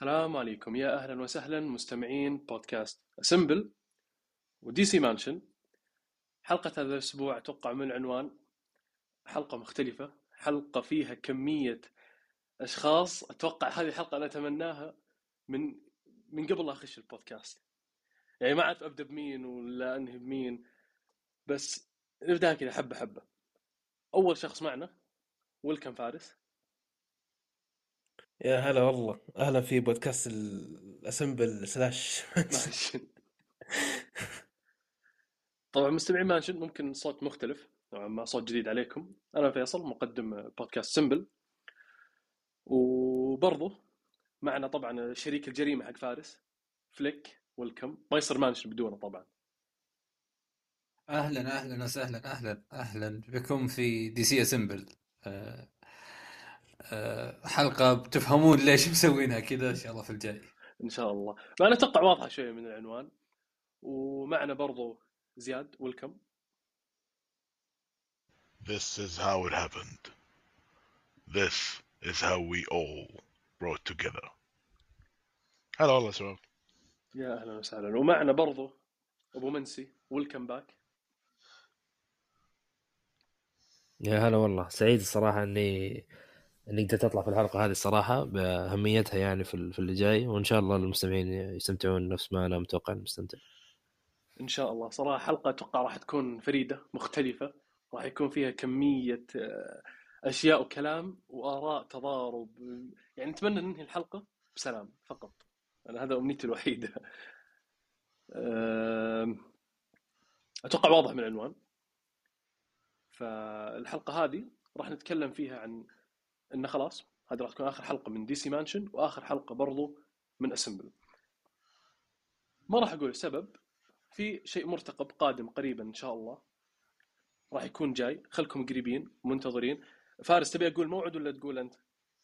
السلام عليكم، يا أهلا وسهلا مستمعين بودكاست سمبل ودي سي مانشن. حلقة هذا الأسبوع أتوقع من العنوان حلقة مختلفة، حلقة فيها كمية أشخاص. أتوقع هذه الحلقة أنا أتمناها من من قبل لا أخش البودكاست. يعني ما أعرف أبدأ بمين ولا أنهي بمين، بس نبدأ كذا حبة حبة. أول شخص معنا ويلكم فارس. يا هلا والله، اهلا في بودكاست الاسمبل سلاش. ماشي. طبعا مستمعين مانشن ممكن صوت مختلف نوعا ما، صوت جديد عليكم. أنا فيصل مقدم بودكاست سمبل، وبرضه معنا طبعا شريك الجريمة حق فارس فليك. ويلكم، ما يصير مانشن بدونه طبعا. اهلا اهلا وسهلا اهلا بكم في دي سي اسمبل. حلقة بتفهمون ليش مسوينها كذا ان شاء الله في الجاي. ان شاء الله. فانا اتوقع واضحه شويه من العنوان. ومعنا برضو زياد. ويلكم. This is how it happened. This is how we all brought together. هلا والله شباب. يا اهلا وسهلا. ومعنا برضو ابو منسي. ويلكم باك. يا هلا والله، سعيد الصراحة إني قدرت أطلع في الحلقة هذه الصراحة بأهميتها، يعني في اللي جاي، وإن شاء الله المستمعين يستمتعون نفس ما أنا متوقع نستمتع. ان شاء الله. صراحه حلقه اتوقع راح تكون فريده مختلفه. راح يكون فيها كميه اشياء وكلام واراء تضارب. يعني نتمنى ننهي الحلقه بسلام فقط. انا هذا امنيتي الوحيده. أم، اتوقع واضح من العنوان. فالحلقة هذه راح نتكلم فيها عن إن خلاص هذه راح تكون آخر حلقة من دي سي مانشن وآخر حلقة برضو من أسمبل. ما راح أقول السبب، في شيء مرتقب قادم قريبا إن شاء الله. راح يكون جاي، خلكم قريبين منتظرين. فارس، تبي أقول موعد ولا تقول أنت؟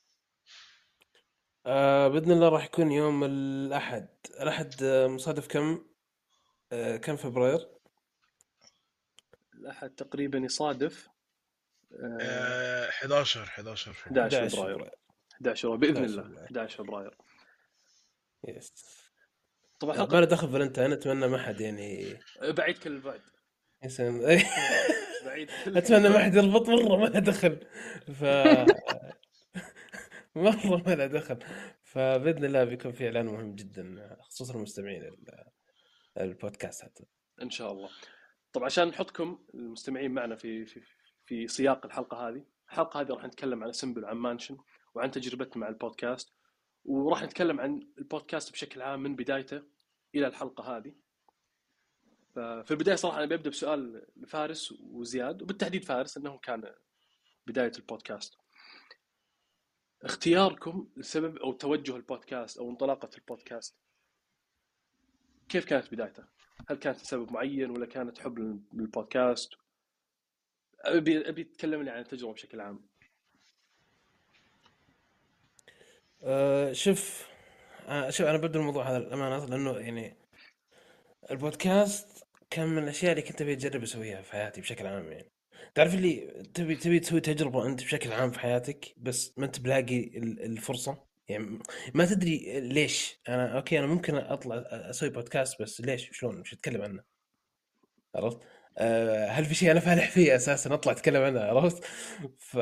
باذن الله راح يكون يوم الاحد مصادف كم فبراير. الأحد تقريبا يصادف 11 فبراير. 11 11 فبراير. فبراير 11 بإذن 11 الله فبراير 11 فبراير. يس. طبعا عقبال حلقة ادخل فالنتين، اتمنى ما حد يعني بعيد كل البعد. يسلم. بعيد كل اتمنى ما البعد. حد يربط مره ما له دخل. ف مره ما له دخل. فباذن الله بيكون في اعلان مهم جدا، خصوصا المستمعين البودكاست حتى. إن شاء الله. طبعا عشان نحطكم المستمعين معنا في سياق الحلقة هذه. الحلقة هذه راح نتكلم عن سمبل وعن مانشن وعن تجربتنا مع البودكاست. وراح نتكلم عن البودكاست بشكل عام من بدايته إلى الحلقة هذه. ففي البداية صراحة أنا ببدأ بسؤال لفارس وزياد، وبالتحديد فارس أنه كان بداية البودكاست. اختياركم لسبب أو توجه البودكاست أو انطلاقة البودكاست، كيف كانت بدايته؟ هل كانت لسبب معين ولا كانت حب للبودكاست؟ أبي تكلمني عن التجربة بشكل عام. شوف، انا ببدا الموضوع هذا الامانه، لانه يعني البودكاست كان من الاشياء اللي كنت ابي اجرب اسويها في حياتي بشكل عام. يعني تعرف اللي تبي تسوي تجربه انت بشكل عام في حياتك، بس ما انت بلاقي الفرصه. يعني ما تدري ليش. اوكي، انا ممكن اطلع اسوي بودكاست، بس ليش؟ شلون؟ مش اتكلم عنه؟ عرفت؟ هل في شيء انا فالح فيه اساسا اطلع اتكلم عنه؟ عرفت؟ ف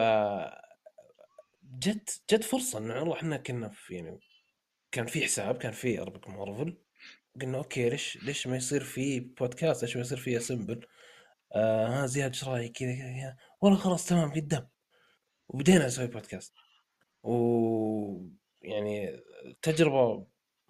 جت فرصه انه نروح. احنا كنا في، يعني كان في حساب، كان في اربك مارفل. قلنا اوكي، ليش ما يصير في بودكاست؟ ليش ما يصير في اسمبل؟ ها زياد، ايش رايك كذا كذا كذا؟ والله خلاص تمام قدام. وبدينا نسوي بودكاست. و يعني تجربة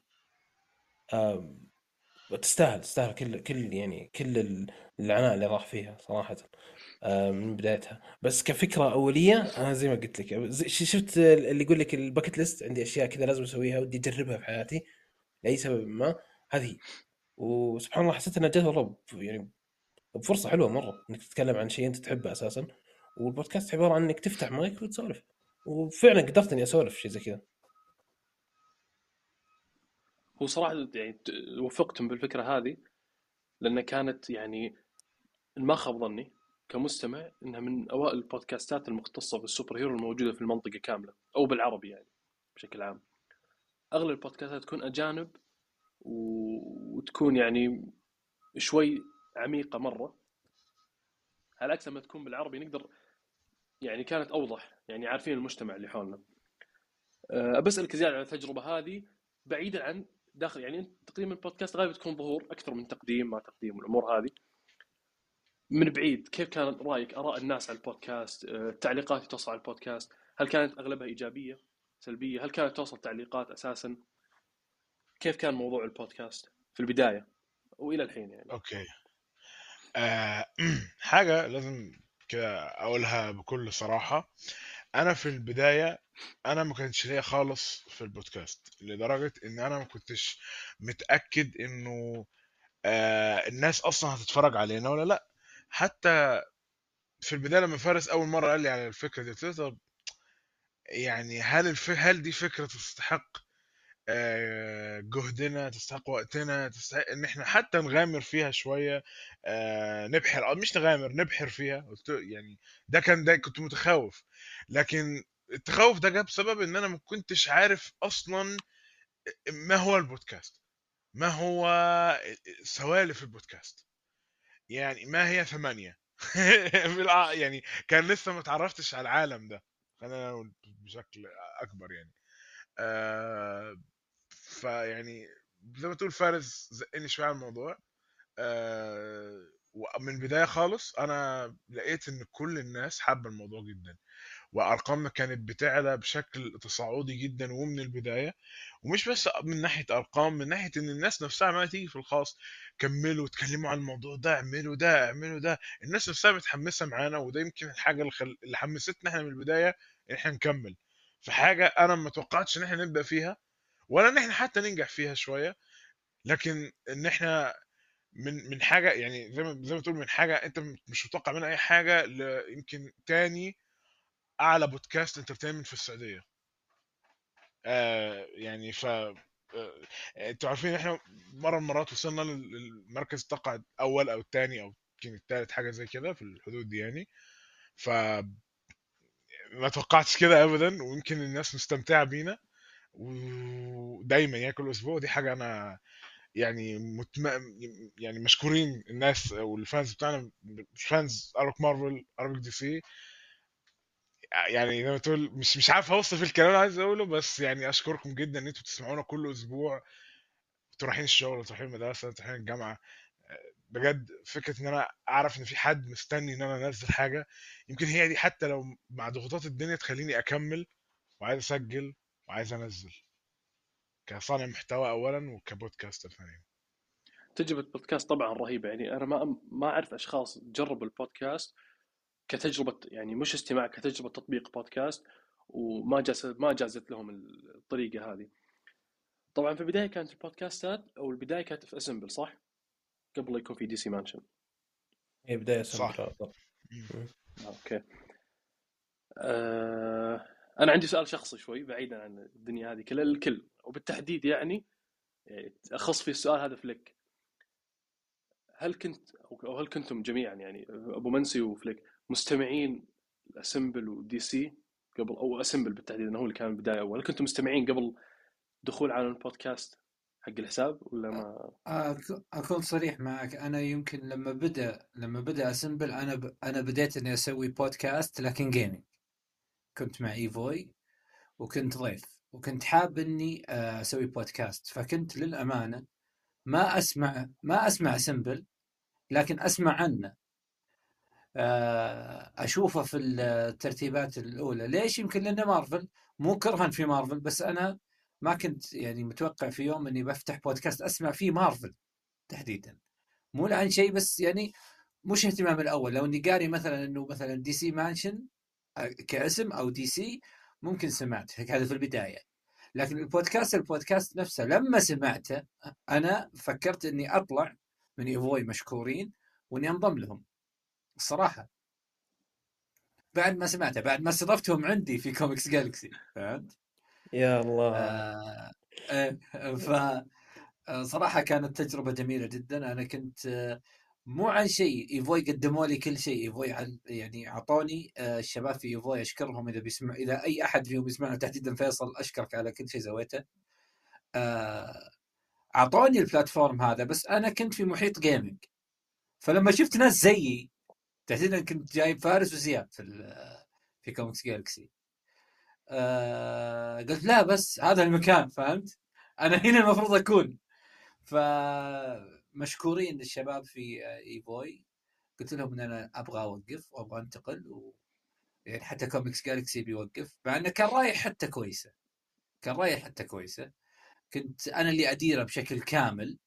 آه تستاهل كل العناء اللي راح فيها صراحة. من بدايتها. بس كفكرة أولية، أنا زي ما قلت لك، شفت اللي يقول لك الباكت ليست، عندي أشياء كذا لازم أسويها ودي أجربها في حياتي لأي سبب ما. هذه. وسبحان الله حسيت انها جت والله يعني بفرصه حلوه مره، انك تتكلم عن شيء انت تحبه اساسا. والبودكاست عباره عن انك تفتح مايك وتسولف. وفعلا قدرت اني اسولف شيء زي كذا. هو صراحة يعني وفقتم بالفكرة هذه، لأن كانت يعني ما خاب ظني كمستمع إنها من أوائل البودكاستات المختصة بالسوبر هيرو الموجودة في المنطقة كاملة، أو بالعربي يعني بشكل عام. اغلب البودكاستات تكون اجانب وتكون يعني شوي عميقه مره، على عكس لما تكون بالعربي نقدر يعني كانت اوضح، يعني عارفين المجتمع اللي حولنا. بسألك زياده على التجربه هذه بعيدا عن داخل، يعني انت تقديم البودكاست غالبا تكون ظهور اكثر من تقديم ما تقديم والامور هذه. من بعيد كيف كان رايك، اراء الناس على البودكاست، التعليقات اللي توصل على البودكاست، هل كانت اغلبها ايجابيه سلبيه؟ هل كانت توصل تعليقات اساسا؟ كيف كان موضوع البودكاست في البدايه والى الحين يعني؟ اوكي. حاجة لازم كده اقولها بكل صراحة. انا في البداية انا ما كانش ليا خالص في البودكاست، لدرجة ان انا ما كنتش متأكد انه الناس اصلا هتتفرج علينا ولا لا. حتى في البداية لما فارس اول مرة قال لي على الفكرة دي، قلت له طب يعني هل دي فكرة تستحق جهدنا، تستحق وقتنا، تستحق ان احنا حتى نغامر فيها شويه، نبحر، مش نغامر، نبحر فيها. قلت يعني ده كنت متخوف. لكن التخوف ده جه بسبب ان انا ما كنتش عارف اصلا ما هو البودكاست، ما هو سوالف البودكاست، يعني ما هي ثمانية. يعني كان لسه ما تعرفتش على العالم ده، خلينا نقول بشكل اكبر يعني. آه، فيعني زي ما تقول فارس زقني شويه على الموضوع. ومن البدايه خالص انا لقيت ان كل الناس حابه الموضوع جدا، وارقامنا كانت بتعلى بشكل تصاعدي جدا ومن البدايه. ومش بس من ناحيه ارقام، من ناحيه ان الناس نفسها عماله تيجي في الخاص، كملوا اتكلموا عن الموضوع ده، اعملوا ده اعملوا ده. الناس نفسها متحمسه معانا، وده يمكن الحاجه اللي حمستنا احنا من البدايه ان احنا نكمل في حاجه انا ما توقعتش ان احنا نبدا فيها، ولا ان احنا حتى ننجح فيها شويه. لكن ان احنا من حاجه، يعني زي ما تقول من حاجه انت مش متوقع منها اي حاجه، يمكن تاني اعلى بودكاست انترتينمنت في السعوديه. يعني انتوا عارفين احنا مره من المرات وصلنا للمركز تقعد اول او الثاني او يمكن الثالث، حاجه زي كده في الحدود دي يعني. ف ما توقعتش كده ابدا، ويمكن الناس مستمتعه بينا ودايما يعني كل اسبوع. دي حاجه انا يعني يعني مشكورين الناس والفانز بتاعنا، فانز ارك مارفل ارك دي سي. يعني زي ما تقول مش عارف اوصف الكلام اللي عايز اقوله، بس يعني اشكركم جدا ان انتوا بتسمعونا كل اسبوع. انتوا رايحين الشغل، انتوا رايحين المدرسه، انتوا رايحين الجامعه. بجد فكره ان انا اعرف ان في حد مستني ان انا انزل حاجه، يمكن هي دي حتى لو مع ضغوطات الدنيا تخليني اكمل وعايز اسجل وعايز انزل كصانع محتوى اولا وكبودكاستر ثانيا. تجربه البودكاست طبعا رهيبه، يعني انا ما اعرف اشخاص جربوا البودكاست كتجربه، يعني مش استماع، كتجربه تطبيق بودكاست، ما جازت لهم الطريقه هذه. طبعا في البدايه كانت البودكاستات، او البدايه كانت في اسمبل صح؟ قبل لا يكون في دي سي مانشن. هي بدايه صح. سمبل. اوكي. انا عندي سؤال شخصي شوي بعيدا عن الدنيا هذه كلها، الكل وبالتحديد يعني اخص في السؤال هذا فليك. هل كنت او هل كنتم جميعا، يعني ابو منسي وفليك، مستمعين اسمبل ودي سي قبل، او اسمبل بالتحديد انه هو اللي كان البدايه اول، هل كنتم مستمعين قبل دخول عالم البودكاست حق الحساب ولا ما؟ اكون صريح معك، انا يمكن لما بدا اسمبل انا بديت اني اسوي بودكاست لكن جيمنج. كنت مع ايفوي وكنت ضيف، وكنت حاب اني اسوي بودكاست، فكنت للامانه ما اسمع اسمبل، لكن اسمع عنه. اشوفه في الترتيبات الاولى. ليش؟ يمكن لانه مارفل، مو كرها في مارفل، بس انا ما كنت يعني متوقع في يوم اني بفتح بودكاست اسمع فيه مارفل تحديدا، مو لعن شيء، بس يعني مش اهتمام الاول. لو اني قاري مثلا انه مثلا دي سي مانشن كاسم او دي سي، ممكن سمعت هذا في البدايه. لكن البودكاست نفسه لما سمعته انا فكرت اني اطلع من ايفوي مشكورين واني انضم لهم الصراحه، بعد ما سمعته، بعد ما استضفتهم عندي في كوميكس جالكسي، فهمت؟ يا الله. ف صراحة كانت تجربة جميلة جدا. أنا كنت مو عن شيء، إيفوي قدموا لي كل شيء. إيفوي يعني أعطوني الشباب في إيفوي أشكرهم، إذا أي أحد فيهم يسمعنا تحديدا فيصل، أشكرك على كل شيء سويته. اعطوني البلاتفورم هذا، بس انا كنت في محيط جيمنج. فلما شفت ناس زيي، تحديدا كنت جايب فارس وزياد في كوميكس جالكسي، قلت لا بس هذا المكان، فهمت؟ انا هنا المفروض اكون. فمشكورين الشباب في ايفوي، قلت لهم ان انا ابغى اوقف وابغى انتقل، يعني حتى كوميكس جالكسي بيوقف، مع انه كان رايح حتى كويسه، كنت انا اللي اديره بشكل كامل.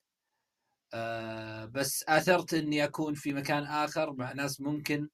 بس اثرت اني اكون في مكان اخر مع ناس ممكن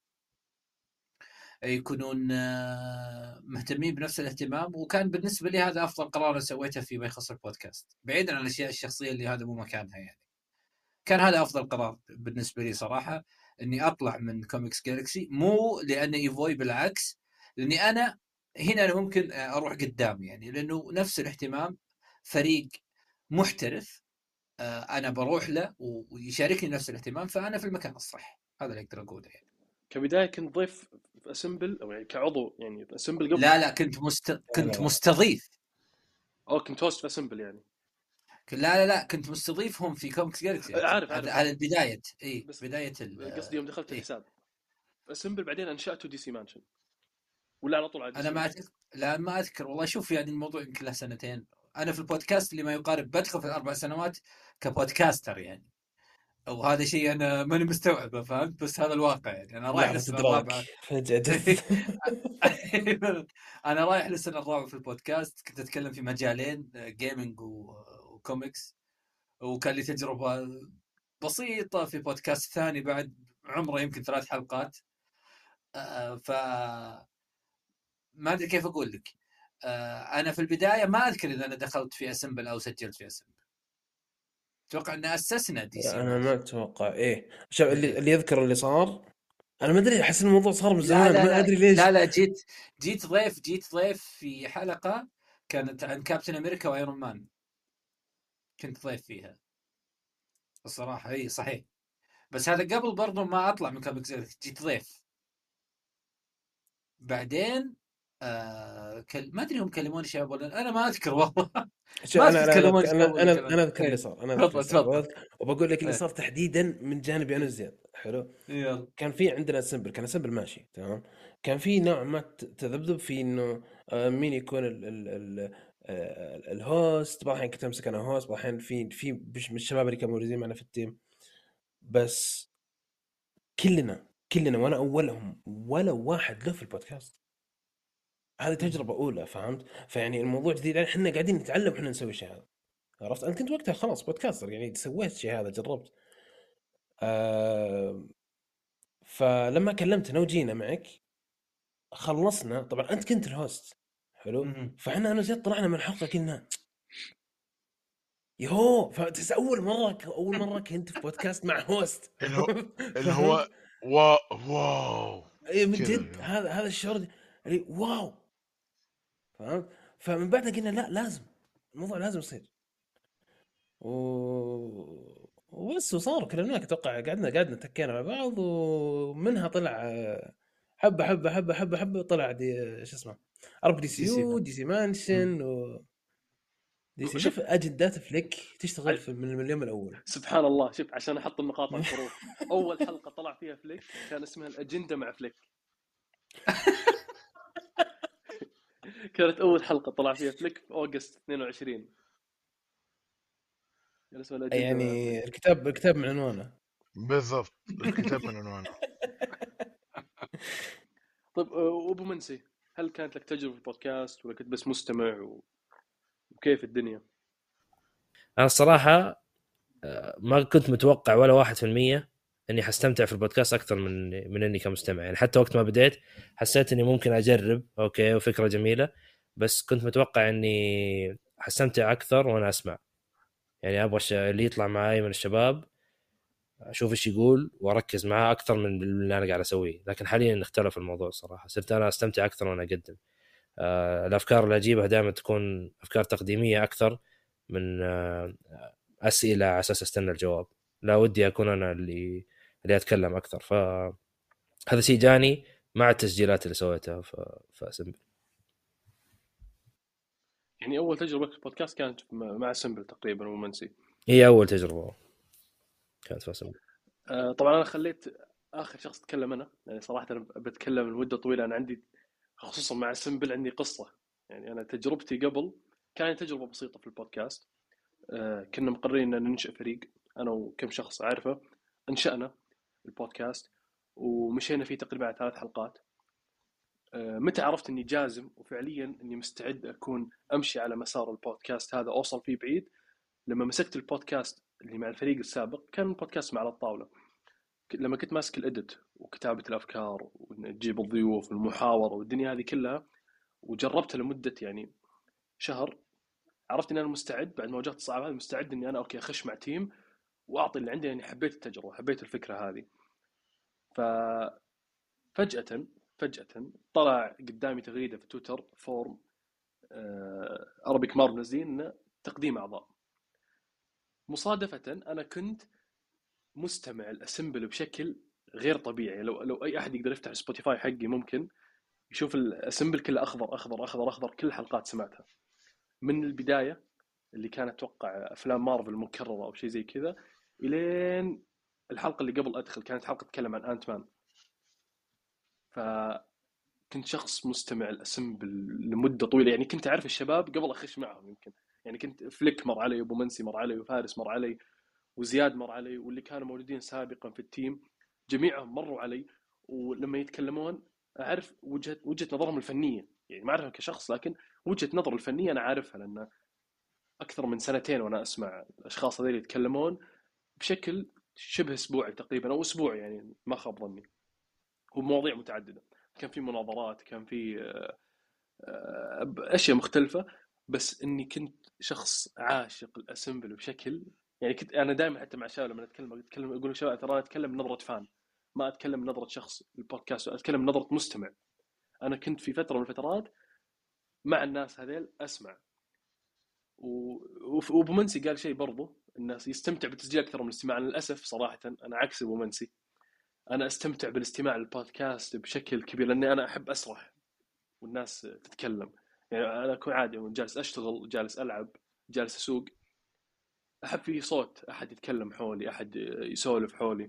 يكونون مهتمين بنفس الاهتمام، وكان بالنسبه لي هذا افضل قرار سويته فيما يخص البودكاست، بعيدا عن الاشياء الشخصيه اللي هذا مو مكانها. يعني كان هذا افضل قرار بالنسبه لي صراحه، اني اطلع من كوميكس جالكسي، مو لان ايفوي، بالعكس، لاني انا هنا أنا ممكن اروح قدام، يعني لانه نفس الاهتمام، فريق محترف، انا بروح له ويشاركني نفس الاهتمام، فانا في المكان الصح. هذا اللي اقدر اقوله يعني. كبدايه كنت ضيف في اسمبل، او يعني كعضو يعني في اسمبل قبل؟ لا كنت مستضيف. او كنت هوست في اسمبل يعني؟ لا كنت مستضيفهم في كوميكس جالكسي. عارف هذا البدايه، بس بدايه قصدي يوم دخلت الحساب في اسمبل بعدين انشاته دي سي مانشن، ولا على طول على دي انا سي؟ ما اذكر والله. شوف يعني الموضوع يمكن له سنتين. انا في البودكاست اللي ما يقارب بدخل في 4 سنوات كبودكاستر يعني، وهذا شيء انا ماني مستوعبه، فهمت؟ بس هذا الواقع يعني. انا رايح لحظة للسنه إدراك الرابعه. فجأة جت. انا رايح للسنه الرابعه في البودكاست. كنت اتكلم في مجالين، جيمنج وكوميكس، وكان لي تجربه بسيطه في بودكاست ثاني بعد عمره يمكن 3 حلقات. ف ما ادري كيف اقول لك. انا في البدايه ما اذكر اذا انا دخلت في اسمبل او سجلت في اسمبل. اتوقع ان اسسنا دي سي أنا ما مانشن. أتوقع. إيه شوف، اللي إيه. اللي يذكر اللي صار، أنا ما أدري، أحس الموضوع صار من لا زمان، لا ما لا أدري ليش. لا لا جيت ضيف في حلقه كانت عن كابتن امريكا وايرون مان، كنت ضيف فيها الصراحه. اي صحيح، بس هذا قبل برضو ما اطلع من كوميكس. جيت ضيف بعدين. ما ادري هم كلموني شباب ولا انا ما اذكر والله. شوف، ما أنا اذكر أنا أنا كلموني شباب أنا ولا أنا كلام. أنا أذكر اللي إيه. صار، أنا أذكر اللي تفضل صار، وبقول لك اللي إيه. صار تحديدا من جانبي أنا وزياد. حلو. يلا. كان في عندنا سمبل، كان سمبل ماشي تمام. كان في نوع ما تذبذب في انه مين يكون الهوست. بعض الحين كنت امسك انا هوست، بعض الحين في من الشباب اللي كانوا موجودين معنا في التيم. بس كلنا وانا اولهم، ولا واحد له في البودكاست. هذه تجربة أولى، فهمت؟ فيعني الموضوع جديد، يعني احنا قاعدين نتعلم احنا نسوي شيء هذا. عرفت؟ أنا كنت وقتها خلاص بودكاستر، يعني سويت شيء هذا، جربت. آه فلما كلمتنا وجينا معك، خلصنا. طبعا انت كنت الهوست، حلو. فاحنا انا وزياد طلعنا من الحلقه قلنا يهو، فتحس اول مره كنت في بودكاست مع هوست. اللي هو اللي فهمت؟ هو واو اي من كذا جد، هذا الشعور اللي واو. فهمت؟ فمن بعدها قلنا لا، لازم الموضوع لازم يصير. وبس، وصار كلمناك. اتوقع قعدنا تكينا مع بعض، ومنها طلع حبه طلع دي شو اسمه، ارب دي دي سي سي دي سي مانشن دي سي. شوف شوف اجندات فليك تشتغل من اليوم الاول. سبحان الله، شوف عشان احط النقاط على الحروف. اول حلقه طلع فيها فليك كان اسمها الاجنده مع فليك. كانت اول حلقه طلع فيها فليك في اوغست 22. كان اسمها الاجنده مع يعني فليك. الكتاب من عنوانه. بالضبط، الكتاب من عنوانه. طيب وابو منسي، هل كانت لك تجربه في البودكاست ولا كنت بس مستمع وكيف الدنيا؟ انا الصراحه ما كنت متوقع ولا 1% اني حستمتع في البودكاست اكثر من اني كمستمع. يعني حتى وقت ما بديت حسيت اني ممكن اجرب، اوكي وفكره جميله، بس كنت متوقع اني حستمتع اكثر وانا اسمع. يعني ابغى اللي يطلع معاي من الشباب اشوف ايش يقول واركز معاه اكثر من اللي انا قاعد اسويه. لكن حاليا اختلف الموضوع صراحه، صرت انا استمتع اكثر وانا اقدم. الافكار اللي اجيبها دائما تكون افكار تقديميه اكثر من اسئله على اساس استنى الجواب. لا، ودي اكون انا اللي اتكلم اكثر. فهذا شيء جاني مع التسجيلات اللي سويتها في اسمبل. يعني اول تجربه في البودكاست كانت مع سمبل تقريبا ومنسي. هي اول تجربه كانت في اسمبل. طبعا انا خليت اخر شخص اتكلم انا، يعني صراحه انا بتكلم لمده طويله. انا عندي خصوصا مع سمبل عندي قصه. يعني انا تجربتي قبل كانت تجربه بسيطه في البودكاست. كنا مقررين ان ننشئ فريق انا وكم شخص عارفه. انشأنا البودكاست ومشينا فيه تقريبا على 3 حلقات. متى عرفت اني جازم وفعليا اني مستعد اكون امشي على مسار البودكاست هذا اوصل فيه بعيد؟ لما مسكت البودكاست اللي مع الفريق السابق، كان البودكاست مع على الطاوله. لما كنت ماسك الاديت وكتابه الافكار وتجيب الضيوف والمحاوره والدنيا هذه كلها، وجربتها لمده يعني شهر، عرفت ان انا مستعد بعد ما واجهت الصعاب هذه، مستعد اني انا اوكي اخش مع تيم واعطي اللي عندي. يعني حبيت التجربه، حبيت الفكره هذه. ففجاه طلع قدامي تغريده في تويتر فورم ارابيك مار منزلين تقديم اعضاء. مصادفه انا كنت مستمع الاسمبل بشكل غير طبيعي. لو اي احد يقدر يفتح سبوتيفاي حقي ممكن يشوف الاسمبل كله اخضر اخضر اخضر اخضر. كل الحلقات سمعتها من البدايه، اللي كانت اتوقع افلام مارفل مكرره او شيء زي كذا، الين الحلقه اللي قبل ادخل كانت حلقه تتكلم عن انت مان. فكنت شخص مستمع الاسمبل لمده طويله. يعني كنت اعرف الشباب قبل اخش معهم يمكن. يعني كنت فليك مر علي، ابو منسي مر علي، وفارس مر علي، وزياد مر علي، واللي كانوا موجودين سابقا في التيم جميعهم مروا علي. ولما يتكلمون اعرف وجهه نظرهم الفنيه. يعني ما اعرفها كشخص، لكن وجهه نظر الفنيه انا عارفها، لان اكثر من 2 وانا اسمع الاشخاص هذول يتكلمون بشكل شبه اسبوعي تقريبا او اسبوعي، يعني ما خاب ظني، وبمواضيع متعدده. كان في مناظرات، كان في اشياء مختلفه. بس اني كنت شخص عاشق الاسمبل بشكل، يعني كنت انا دائما حتى مع شباب لما اتكلم اقول شباب ترى اتكلم من نظره فان، ما اتكلم من نظره شخص البودكاست، اتكلم من نظره مستمع. انا كنت في فتره من الفترات مع الناس هذيل اسمع. وابو منسي قال شيء برضو، الناس يستمتع بالتسجيل اكثر من الاستماع. للاسف صراحه انا عكس ابو منسي، انا استمتع بالاستماع للبودكاست بشكل كبير، لاني انا احب اسرح والناس تتكلم. يعني انا اكون عادي جالس اشتغل، جالس العب، جالس اسوق، احب في صوت احد يتكلم حولي، احد يسولف حولي.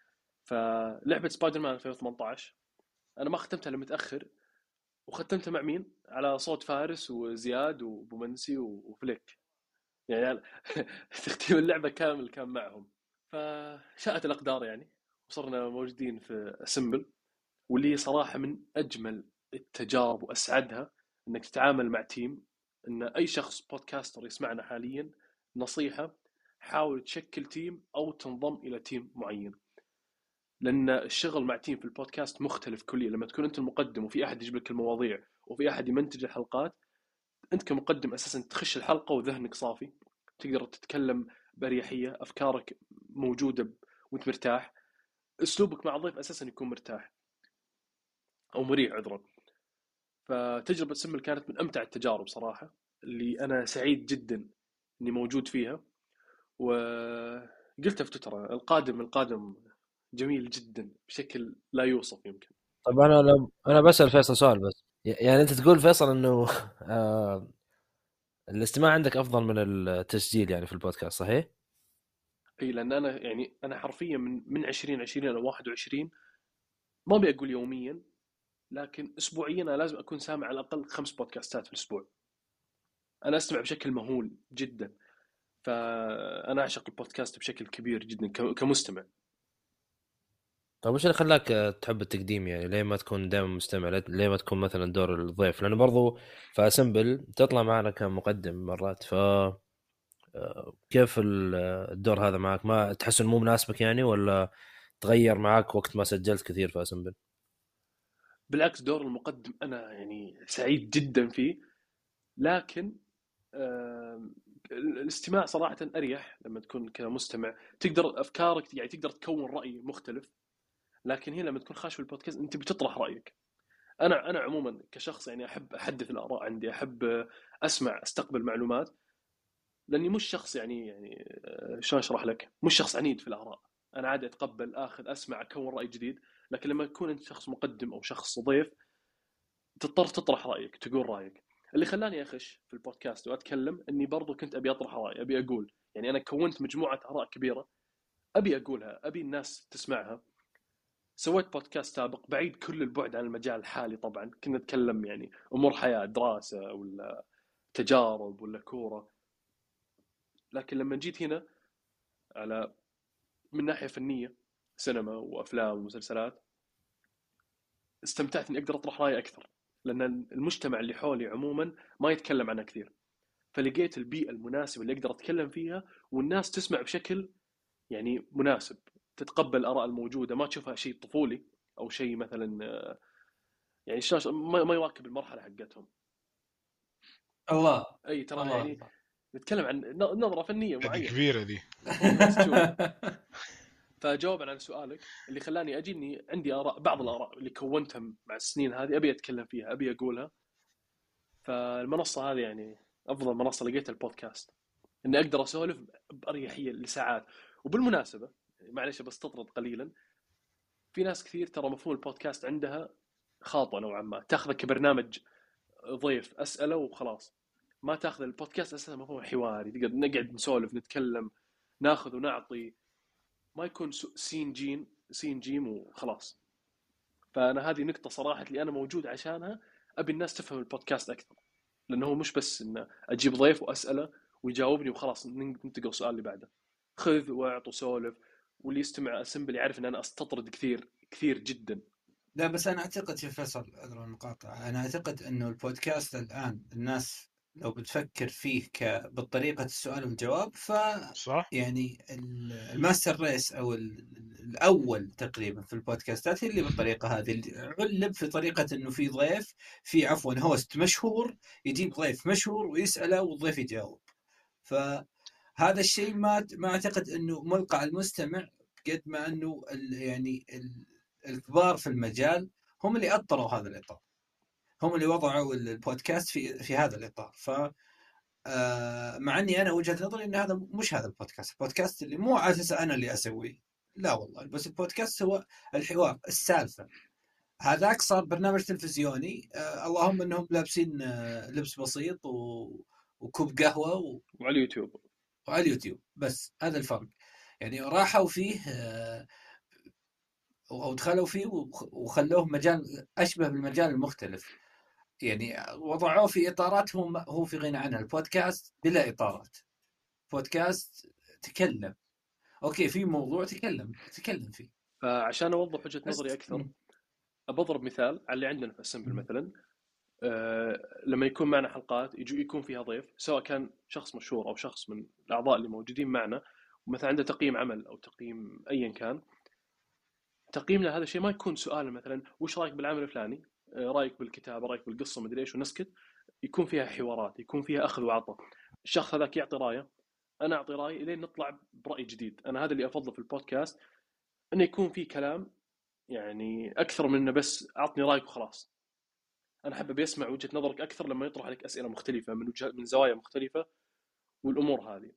فلعبه سبايدر مان 2018 انا ما ختمتها الا متاخر، وختمتها مع مين؟ على صوت فارس وزياد وابو منسي وفليك. يعني تختيم اللعبه كامل كان معهم. فشاءت الاقدار يعني، وصرنا موجودين في اسمبل، واللي صراحه من اجمل التجارب واسعدها انك تتعامل مع تيم. ان اي شخص بودكاستر يسمعنا حاليا، نصيحه: حاول تشكل تيم او تنضم الى تيم معين. لان الشغل مع تيم في البودكاست مختلف كليا. لما تكون انت المقدم وفي احد يجيب لك المواضيع وفي احد يمنتج الحلقات، انت كمقدم اساسا تخش الحلقه وذهنك صافي، تقدر تتكلم باريحيه، افكارك موجوده وانت مرتاح، اسلوبك مع الضيف اساسا يكون مرتاح او مريح عذرا. فتجربه سمل كانت من امتع التجارب صراحه، اللي انا سعيد جدا اني موجود فيها. وقلتها في تويتر، القادم جميل جدا بشكل لا يوصف يمكن. طب انا بسأل فيصل سؤال بس. يعني انت تقول فيصل انه الاستماع عندك افضل من التسجيل يعني في البودكاست، صحيح؟ اي، لان انا يعني انا حرفيا من 2020 الى 21، ما ابي اقول يوميا، لكن اسبوعيا انا لازم اكون سامع على الاقل 5 بودكاستات في الاسبوع. انا استمع بشكل مهول جدا. فانا اعشق البودكاست بشكل كبير جدا كمستمع. طيب وش اللي خلاك تحب التقديم؟ يعني ليه ما تكون دائما مستمع؟ ليه ما تكون مثلا دور الضيف؟ لانه برضو في اسمبل تطلع معنا كمقدم مرات، ف كيف الدور هذا معك؟ ما تحس انه مو مناسبك يعني، ولا تغير معك وقت ما سجلت كثير في اسمبل؟ بالعكس، دور المقدم انا يعني سعيد جدا فيه. لكن الاستماع صراحة اريح لما تكون كمستمع، تقدر افكارك يعني تقدر تكون رأي مختلف. لكن هنا لما تكون خاش في البودكاست انت بتطرح رأيك. انا عموما كشخص يعني احب احدث الاراء عندي، احب اسمع، استقبل معلومات. لاني مش شخص يعني شلون اشرح لك، مش شخص عنيد في الاراء. انا عادي اتقبل، اخذ، اسمع، اكون راي جديد. لكن لما تكون انت شخص مقدم او شخص ضيف، تضطر تطرح رايك، تقول رايك. اللي خلاني اخش في البودكاست واتكلم اني برضو كنت ابي اطرح راي، ابي اقول يعني انا كونت مجموعه اراء كبيره ابي اقولها، ابي الناس تسمعها. سويت بودكاست سابق بعيد كل البعد عن المجال الحالي، طبعا كنا نتكلم يعني امور حياه، دراسه ولا تجارب ولا كوره. لكن لما جيت هنا على من ناحيه فنيه، سينما وافلام ومسلسلات، استمتعت اني اقدر اطرح رايي اكثر، لان المجتمع اللي حولي عموما ما يتكلم عنها كثير. فلقيت البيئه المناسبه اللي اقدر اتكلم فيها والناس تسمع بشكل يعني مناسب، تتقبل الاراء الموجوده، ما تشوفها شيء طفولي او شيء مثلا يعني ما يواكب المرحله حقتهم. الله اي ترى الله يعني الله. نتكلم عن نظره فنيه هذه معينه كبيره دي. الناس تشوف. فجوابا على سؤالك اللي خلاني اجي اني عندي اراء، بعض الاراء اللي كونتها مع السنين هذه ابي اتكلم فيها، ابي اقولها. فالمنصه هذه يعني افضل منصه لقيتها البودكاست، اني اقدر اسولف باريحيه لساعات. وبالمناسبه معليش بستطرد قليلا، في ناس كثير ترى مفهوم البودكاست عندها خاطئ نوعا ما، تاخذه كبرنامج ضيف اساله وخلاص. ما تاخذ البودكاست اساسا مفهوم حواري، تقدر نقعد نسولف نتكلم ناخذ ونعطي، ما يكون سين جيم وخلاص. فانا هذه نقطه صراحه اللي انا موجود عشانها، ابي الناس تفهم البودكاست اكثر، لانه هو مش بس انه اجيب ضيف واساله ويجاوبني وخلاص ننتقل السؤال اللي بعده. خذ واعط وسولف، واللي يستمع اسمبل يعرف ان انا استطرد كثير كثير جدا. لا بس انا اعتقد يا فيصل، اذن المقاطعه، انا اعتقد انه البودكاست الان الناس لو بتفكر فيه بالطريقه السؤال والجواب، ف صح. يعني الماستر ريس او الاول تقريبا في البودكاستات هي اللي بالطريقه هذه، اللي علب في طريقه انه في ضيف، في عفوا هوست مشهور يجيب ضيف مشهور ويساله والضيف يجاوب. فهذا الشيء ما اعتقد انه ملقى على المستمع، قد ما انه يعني الكبار في المجال هم اللي اطروا هذا الاطار، هم اللي وضعوا البودكاست في هذا الاطار. ف مع اني انا وجهه نظري ان هذا مش هذا البودكاست اللي مو على اساس انا اللي اسويه، لا والله، بس البودكاست هو الحوار، السالفه. هذاك صار برنامج تلفزيوني، اللهم انهم لابسين لبس بسيط وكوب قهوه وعلى اليوتيوب. وعلى اليوتيوب، بس هذا الفرق. يعني راحوا فيه او دخلوا فيه وخلوه مجال اشبه بالمجال المختلف، يعني وضعوه في اطارات هو في غنى عنها. البودكاست بلا اطارات، بودكاست تكلم، اوكي في موضوع تكلم فيه. فعشان اوضح وجهه بس نظري اكثر، بضرب مثال على اللي عندنا في السمبل مثلا. لما يكون معنا حلقات يكون فيها ضيف، سواء كان شخص مشهور او شخص من الاعضاء اللي موجودين معنا، ومثلا عنده تقييم عمل او تقييم ايا كان، تقييمنا هذا الشيء ما يكون سؤال مثلا وش رايك بالعمل الفلاني، رايك بالكتابه، رايك بالقصه، مدري ايش، ونسكت. يكون فيها حوارات، يكون فيها اخذ وعطاء. الشخص هذاك يعطي رايه، انا اعطي رايي، الين نطلع براي جديد. انا هذا اللي افضله في البودكاست، انه يكون في كلام يعني اكثر من انه بس اعطني رايك وخلاص. انا حابب اسمع وجهه نظرك اكثر لما يطرح لك اسئله مختلفه من زوايا مختلفه والامور هذه.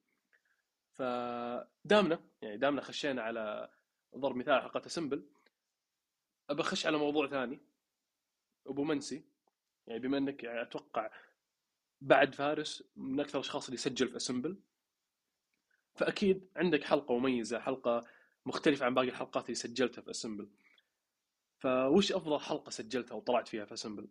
فدامنا خشينا على ضرب مثال حلقه سمبل، ابى اخش على موضوع ثاني، ابو منسي. يعني بما انك يعني اتوقع بعد فارس من اكثر الاشخاص اللي سجل في اسمبل، فاكيد عندك حلقه مميزه، حلقه مختلفه عن باقي الحلقات اللي سجلتها في اسمبل. فوش افضل حلقه سجلتها وطلعت فيها في اسمبل؟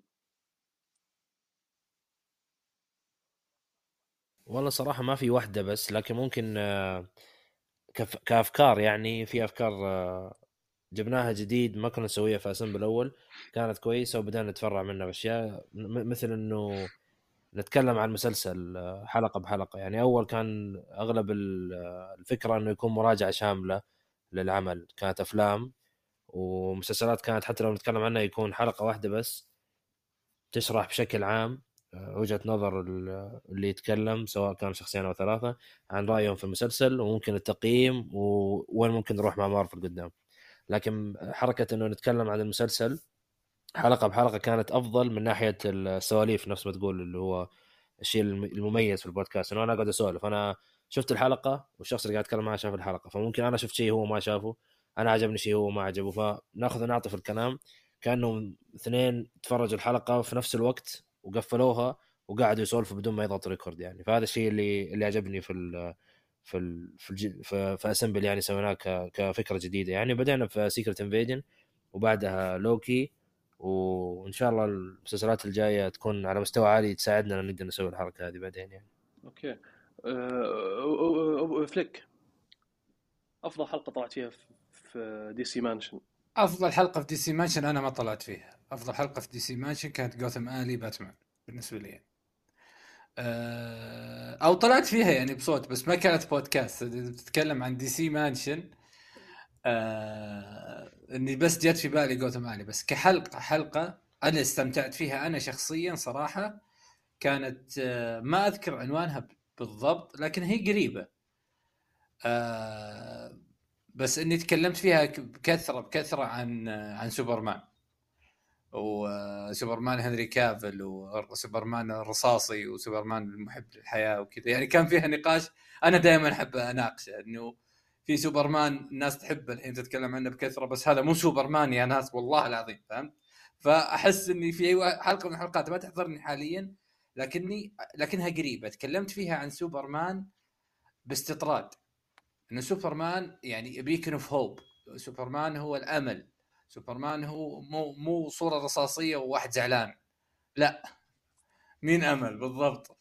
والله صراحة ما في واحدة بس، لكن ممكن كأفكار، يعني في أفكار جبناها جديد ما كنا نسويها في أسم بالأول، كانت كويسة وبدأنا نتفرع منها بأشياء مثل إنه نتكلم عن مسلسل حلقة بحلقة. يعني أول كان أغلب الفكرة إنه يكون مراجعة شاملة للعمل، كانت أفلام ومسلسلات، كانت حتى لو نتكلم عنها يكون حلقة واحدة بس تشرح بشكل عام وجهة نظر اللي يتكلم، سواء كان شخصين أو ثلاثة، عن رأيهم في المسلسل وممكن التقييم ووين ممكن نروح مع مارفل قدام. لكن حركة إنه نتكلم عن المسلسل حلقة بحلقة كانت أفضل من ناحية السواليف، نفس ما تقول، اللي هو الشيء المميز في البودكاست إنه أنا قاعد أسولف، أنا شفت الحلقة والشخص اللي قاعد أتكلم معه شاف الحلقة، فممكن أنا شفت شيء هو ما شافه، أنا عجبني شيء هو ما عجبه، فناخذ ونعطي في الكلام كأنهم اثنين تفرجوا الحلقة في نفس الوقت وقفلوها وقعدوا يسولفوا بدون ما يضغطوا ريكورد يعني. فهذا الشيء اللي عجبني في اسمبل يعني، سويناه كفكره جديده يعني. بدأنا في سيكرت انفيجن وبعدها لوكي، وان شاء الله المسلسلات الجايه تكون على مستوى عالي تساعدنا نقدر نسوي الحركه هذه بعدين يعني. اوكي. فليك، افضل حلقه طلعت فيها في دي سي مانشن؟ افضل حلقه في دي سي مانشن انا ما طلعت فيها. افضل حلقه في دي سي مانشن كانت جوثم آلي باتمان بالنسبه لي. او طلعت فيها يعني بصوت، بس ما كانت بودكاست. بتتكلم عن دي سي مانشن، اني بس جت في بالي جوثم آلي. بس حلقه انا استمتعت فيها انا شخصيا صراحه. كانت ما اذكر عنوانها بالضبط، لكن هي قريبه. بس اني تكلمت فيها بكثره عن سوبرمان، وسوبرمان هنري كافل، وسوبرمان الرصاصي، وسوبرمان المحب للحياه وكذا. يعني كان فيها نقاش انا دائما احب اناقشه، انه في سوبرمان الناس تحبه الحين تتكلم عنه بكثره، بس هذا مو سوبرمان يا ناس والله العظيم، فهمت؟ فاحس اني في حلقه من الحلقات ما تحضرني حاليا، لكنها قريبه تكلمت فيها عن سوبرمان باستطراد، انه سوبرمان يعني بيكن اوف هوب، سوبرمان هو الامل، سوبرمان هو مو صوره رصاصيه وواحد زعلان، لا، مين امل بالضبط.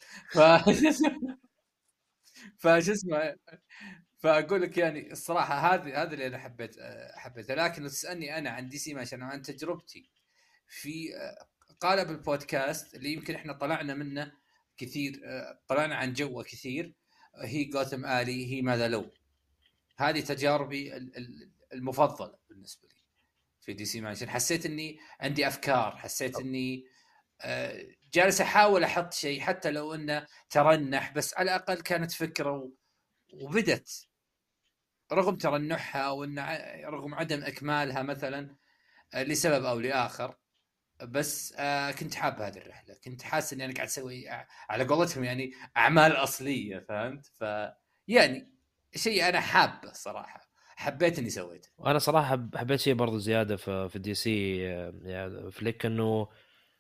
فش اسمه، فاقول لك يعني الصراحه هذا اللي انا حبيته. لكن لو تسالني انا عن دي سي ماشي، عن تجربتي في قالب البودكاست اللي يمكن احنا طلعنا منه كثير، طلعنا عن جوه كثير، هي جوثم آلي، هي ماذا لو. هذه تجاربي المفضله بالنسبه لي في دي سي مانشن. حسيت اني عندي افكار، حسيت اني جالس احاول احط شيء حتى لو انه ترنح، بس على الاقل كانت فكره وبدت رغم ترنحها، وان رغم عدم اكمالها مثلا لسبب او لاخر. بس كنت حاب هذه الرحله، كنت حاسس اني انا قاعد اسوي على قولتهم يعني اعمال اصليه، فهمت؟ يعني شيء انا حابه صراحه، حبيت اني سويته. وانا صراحه حبيت شيء برضو زياده في دي سي يعني فليك، انه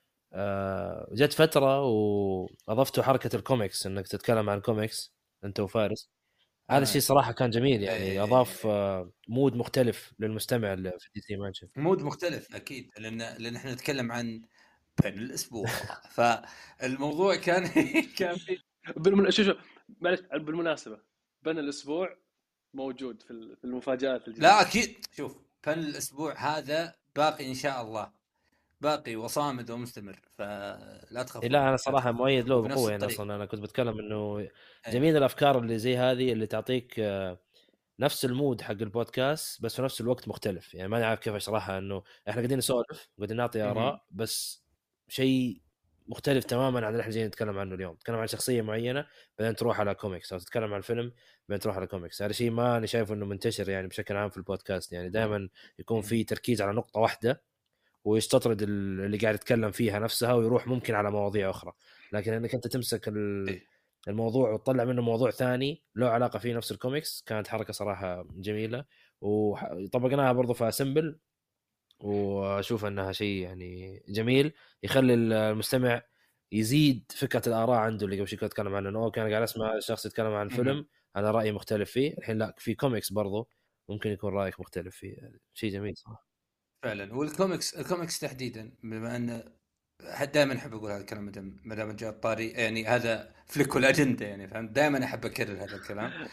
جت فتره واضفتوا حركه الكوميكس، انك تتكلم عن كوميكس انت وفارس. هذا الشيء صراحه كان جميل يعني، اضاف مود مختلف للمستمع في دي سي مانشن. مود مختلف اكيد، لان احنا نتكلم عن بن الاسبوع. فالموضوع كان في معلش بالمناسبه، بن الاسبوع موجود في المفاجآت الجديدة. لا اكيد، شوف بن الاسبوع هذا باقي ان شاء الله، باقي وصامد ومستمر، فلا تخافوا. لا انا صراحه مؤيد له بقوه يعني. الطريق. اصلا انا كنت بتكلم انه جميل الافكار اللي زي هذه اللي تعطيك نفس المود حق البودكاست بس في نفس الوقت مختلف يعني. ما نعرف كيف اشرحها، انه احنا قاعدين نسولف قاعدين نعطي اراء بس شيء مختلف تماما عن اللي احنا جايين نتكلم عنه اليوم. تتكلم عن شخصيه معينه بعدين تروح على كوميكس، او تتكلم عن فيلم بعدين تروح على كوميكس. هذا شيء ما انا شايفه انه منتشر يعني بشكل عام في البودكاست يعني. دائما يكون في تركيز على نقطه واحده ويستطرد اللي قاعد يتكلم فيها نفسها ويروح ممكن على مواضيع اخرى. لكن انك انت تمسك الموضوع وتطلع منه موضوع ثاني له علاقه فيه نفس الكوميكس، كانت حركه صراحه جميله وطبقناها برضو في اسمبل. واشوف انها شيء يعني جميل يخلي المستمع يزيد فكره الاراء عنده. اللي قبل شوي كنت اتكلم عنه انه كان قاعد اسمع شخص يتكلم عن فيلم انا رايي مختلف فيه، الحين لا في كوميكس برضو ممكن يكون رايك مختلف فيه. شيء جميل صراحه فعلا. والكوميكس تحديدا، بما ان دائما احب اقول هذا الكلام ما دام جاء الطاري، يعني هذا فليك الاجنده يعني، فهمت؟ دائما احب اكرر هذا الكلام.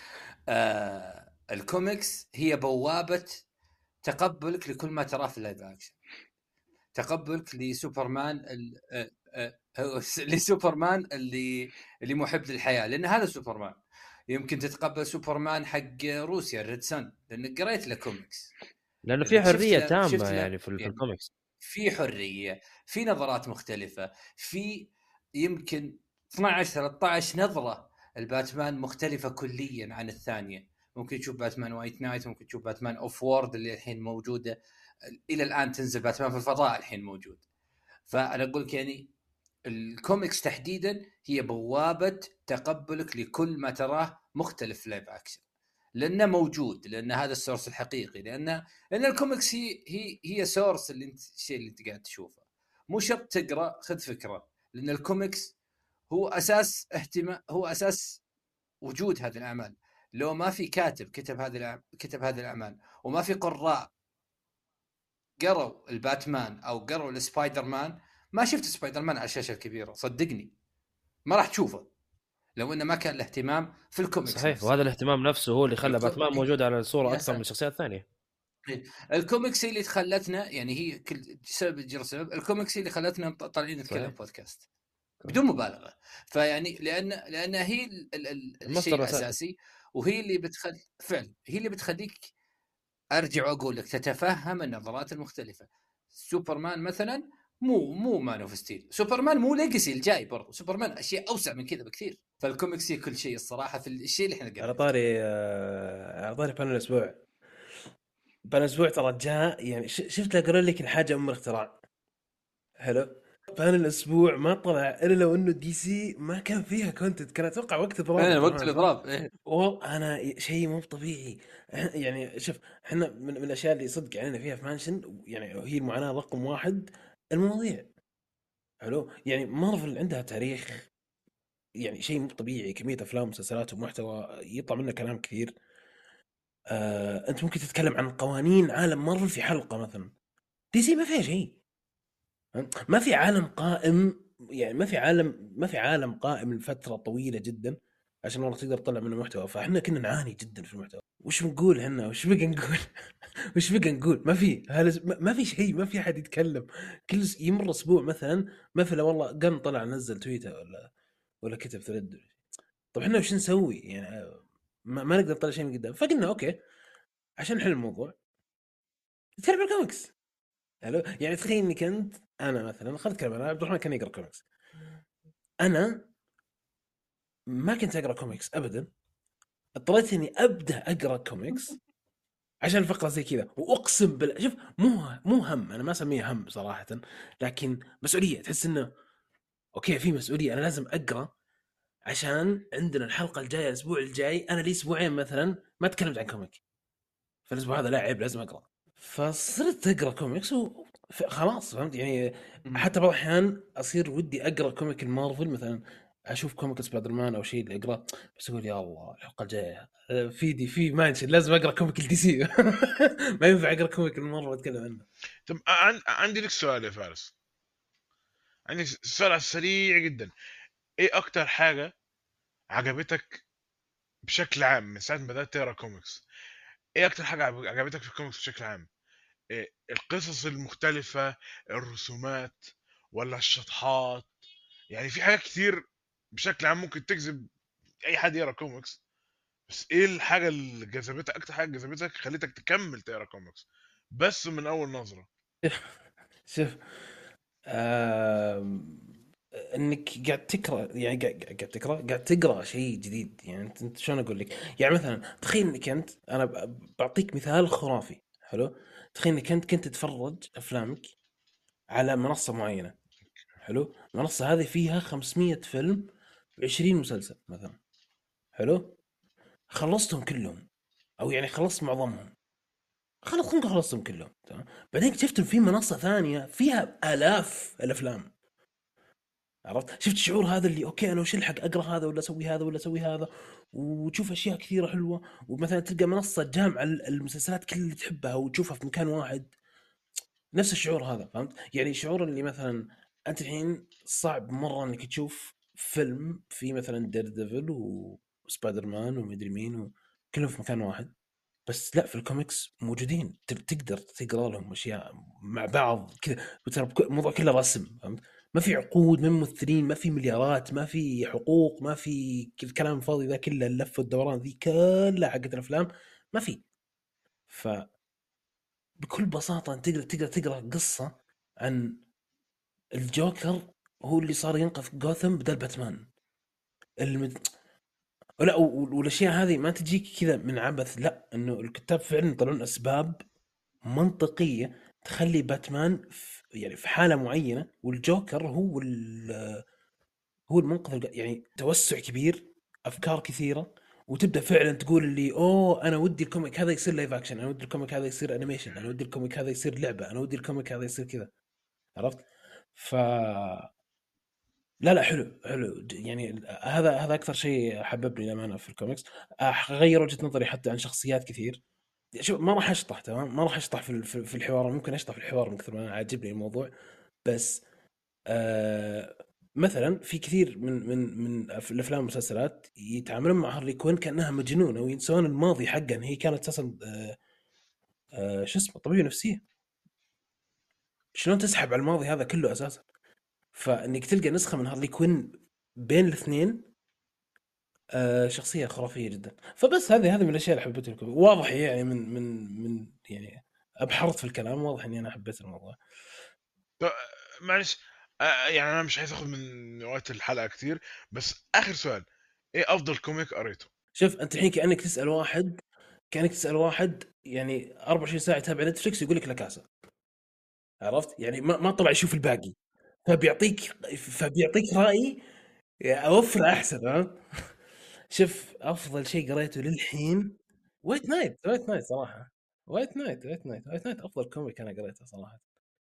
الكوميكس هي بوابه تقبلك لكل ما تراه في اللايف اكشن، تقبلك لسوبرمان لسوبرمان اللي محب للحياه، لان هذا سوبرمان. يمكن تتقبل سوبرمان حق روسيا الريد سان لانك قريت له كوميكس، لانه في حريه تامه يعني في الكوميكس، في حريه، في نظرات مختلفه، في يمكن 12 13 نظره الباتمان مختلفه كليا عن الثانيه. ممكن تشوف باتمان وايت نايت، ممكن تشوف باتمان اوف وورد اللي الحين موجوده الى الان، تنزل باتمان في الفضاء الحين موجود. فانا اقول لك يعني الكوميكس تحديدا هي بوابه تقبلك لكل ما تراه مختلف لايف اكشن، لانه موجود، لان هذا السورس الحقيقي، لان الكوميكس هي سورس اللي انت الشيء اللي انت قاعد تشوفه. مو شرط تقرا، خذ فكره، لان الكوميكس هو اساس هو اساس وجود هذه الاعمال. لو ما في كاتب كتب هذه الاعمال، وما في قراء قروا الباتمان او قروا السبايدر مان، ما شفت سبايدر مان على الشاشه الكبيره، صدقني ما راح تشوفه لو انه ما كان الاهتمام في الكوميكس صحيح، نفسه. وهذا الاهتمام نفسه هو اللي خلى الكو- باتمان موجود على الصوره يا اكثر من ساتر. الشخصيات الثانيه. الكوميكس هي اللي خلتنا، يعني هي كل سبب الكوميكس هي اللي خلتنا طالعين نتكلم صحيح. بودكاست بدون مبالغه. فيعني لان هي الشيء المصدر الأساسي. الاساسي، وهي اللي فعلا هي اللي بتخليك ارجع واقول لك تتفهم النظرات المختلفه. سوبرمان مثلا مو مان اوف ستيل، سوبرمان مو ليجاسي الجاي، برضو سوبرمان اشياء اوسع من كذا بكثير. فالكوميكس هي كل شيء الصراحه في الشيء اللي احنا على قلنا. طاري بانل الاسبوع، ترى جاء يعني شفت لك اقول لك الحاجه ام الاختراع. حلو، بانل الاسبوع ما طلع الا لو انه دي سي ما كان فيها كونتنت. كان اتوقع وقت انا وقت اضراب. الاضراب إيه. والله انا شيء مو طبيعي. يعني شوف، احنا من الاشياء اللي صدق علينا فيها في مانشن، يعني هي المعاناه رقم واحد المواضيع. حلو، يعني مارفل عندها تاريخ يعني شيء مو طبيعي، كميه افلام ومسلسلات ومحتوى يطلع منه كلام كثير. انت ممكن تتكلم عن قوانين عالم مارفل في حلقه مثلا. دي سي ما فيها شيء، ما في عالم قائم، يعني ما في عالم قائم لفتره طويله جدا عشان والله تقدر تطلع منه محتوى. فاحنا كنا نعاني جدا في المحتوى. وش بنقول احنا؟ وش بقى نقول؟ وش بقى نقول؟ ما في ما في شيء، ما في احد يتكلم. يمر اسبوع مثلا ما في، لا والله قام طلع نزل تويتر ولا كتب ثريد. طب احنا وش نسوي يعني؟ ما نقدر نطلع شيء من قدام. فقلنا اوكي، عشان نحل الموضوع نتكلم عن الكوميكس. حلو، يعني تخيل اني كنت انا مثلا، خلينا نتكلم، انا عبد الرحمن كان يقرا كوميكس، انا ما كنت اقرا كوميكس ابدا، اضطريت اني ابدا اقرا كوميكس عشان الفقره زي كذا. واقسم بالله شوف، مو هم، انا ما اسميه هم صراحه، لكن مسؤوليه. تحس انه اوكي في مسؤوليه، انا لازم اقرا عشان عندنا الحلقه الجايه الاسبوع الجاي. انا لي اسبوعين مثلا ما تكلمت عن كوميك، فالاسبوع هذا لا عيب لازم اقرا. فصرت اقرا كوميكس وخلاص، فهمت يعني. حتى بعض الاحيان اصير ودي اقرا كوميك المارفل مثلا، اشوف كوميك سبايدر مان او شيء اللي اقرا، بس اقول يا الله الحلقه الجايه في مانشن لازم اقرا كوميك الدي سي. ما ينفع اقرا كوميك المارفل واتكلم عنه. طب عندي لك سؤال يا فارس، عندي سؤال سريع جدا. ايه اكتر حاجة عجبتك بشكل عام من ساعة ما بدأت تقرا كوميكس؟ ايه اكتر حاجة عجبتك في الكوميكس بشكل عام؟ إيه القصص المختلفة، الرسومات، ولا الشطحات؟ يعني في حاجات كتير بشكل عام ممكن تجذب اي حد يقرا كوميكس، بس ايه الحاجة اللي جذبتك، اكتر حاجة جذبتك خليتك تكمل تقرا كوميكس بس من اول نظرة؟ شوف، انك قاعد تقرا، يعني قاعد تقرا شيء جديد. يعني انت شلون اقول لك؟ يعني مثلا تخيل انك انت، انا بعطيك مثال خرافي. حلو، تخيل انك انت كنت تتفرج افلامك على منصه معينه. حلو، المنصه هذه فيها 500 فيلم و20 مسلسل مثلا. حلو، خلصتهم كلهم، او يعني خلصت معظمهم، خلصتهم كلهم تمام. بعدين اكتشفت إن في منصه ثانيه فيها الاف الافلام. عرفت؟ شفت الشعور هذا اللي اوكي انا وش الحق اقرا هذا ولا اسوي هذا ولا اسوي هذا، وتشوف اشياء كثيره حلوه. ومثلا تلقى منصه جامعه المسلسلات كل اللي تحبها وتشوفها في مكان واحد. نفس الشعور هذا، فهمت؟ يعني شعور اللي مثلا انت الحين صعب مره انك تشوف فيلم في مثلا دير ديفل وسبايدر مان ومدري مين وكلهم في مكان واحد. بس لا، في الكوميكس موجودين، تقدر تقرا لهم اشياء مع بعض كذا. وترى الموضوع كله رسم، فهمت؟ ما في عقود من ممثلين، ما في مليارات، ما في حقوق، ما في الكلام الفاضي ذا كله، اللف والدوران ذي كلها حقت الافلام ما في. ف بكل بساطه انت تقدر تقرا قصه عن الجوكر، هو اللي صار ينقذ جوثم بدل باتمان. المد... لا، والاشياء هذه ما تجيك كذا من عبث، لا، انه الكتاب فعلا يطلعون اسباب منطقيه تخلي باتمان يعني في حاله معينه، والجوكر هو المنقذ. يعني توسع كبير، افكار كثيره، وتبدا فعلا تقول اللي اوه انا ودي الكوميك هذا يصير لايف اكشن، انا ودي الكوميك هذا يصير انيميشن، انا ودي الكوميك هذا يصير لعبه، انا ودي الكوميك هذا يصير كذا. عرفت؟ ف لا حلو يعني هذا اكثر شيء حببني للامانه في الكوميكس. غير وجهه نظري حتى عن شخصيات كثير. شوف ما راح اشطح تمام، ما راح اشطح في الحوار، ممكن اشطح في الحوار من كثر ما أنا عاجبني الموضوع. بس مثلا في كثير من الافلام والمسلسلات يتعاملون مع هارلي كوين كانها مجنونه وينسون الماضي حقا. هي كانت اساسا شو اسمه طبيبه نفسيه. شلون تسحب على الماضي هذا كله اساسا؟ فانك تلقى نسخه من هارلي كوين بين الاثنين شخصيه خرافيه جدا. فبس هذه من الاشياء اللي حبيتها لكم. واضح يعني من يعني ابحرت في الكلام، واضح اني انا حبيت الموضوع. طب معلش، يعني انا مش عايز اخد من وقت الحلقه كتير، بس اخر سؤال، ايه افضل كوميك قريته؟ شوف انت الحين كانك تسال واحد يعني 24 ساعه يتابع نتفلكس يقول لك لا كاسا، عرفت يعني ما طلع يشوف الباقي، فبيعطيك راي اوفر احسن. فهمت؟ شوف افضل شيء قريته للحين وايت نايت صراحه. وايت نايت افضل كوميك انا قريته صراحه.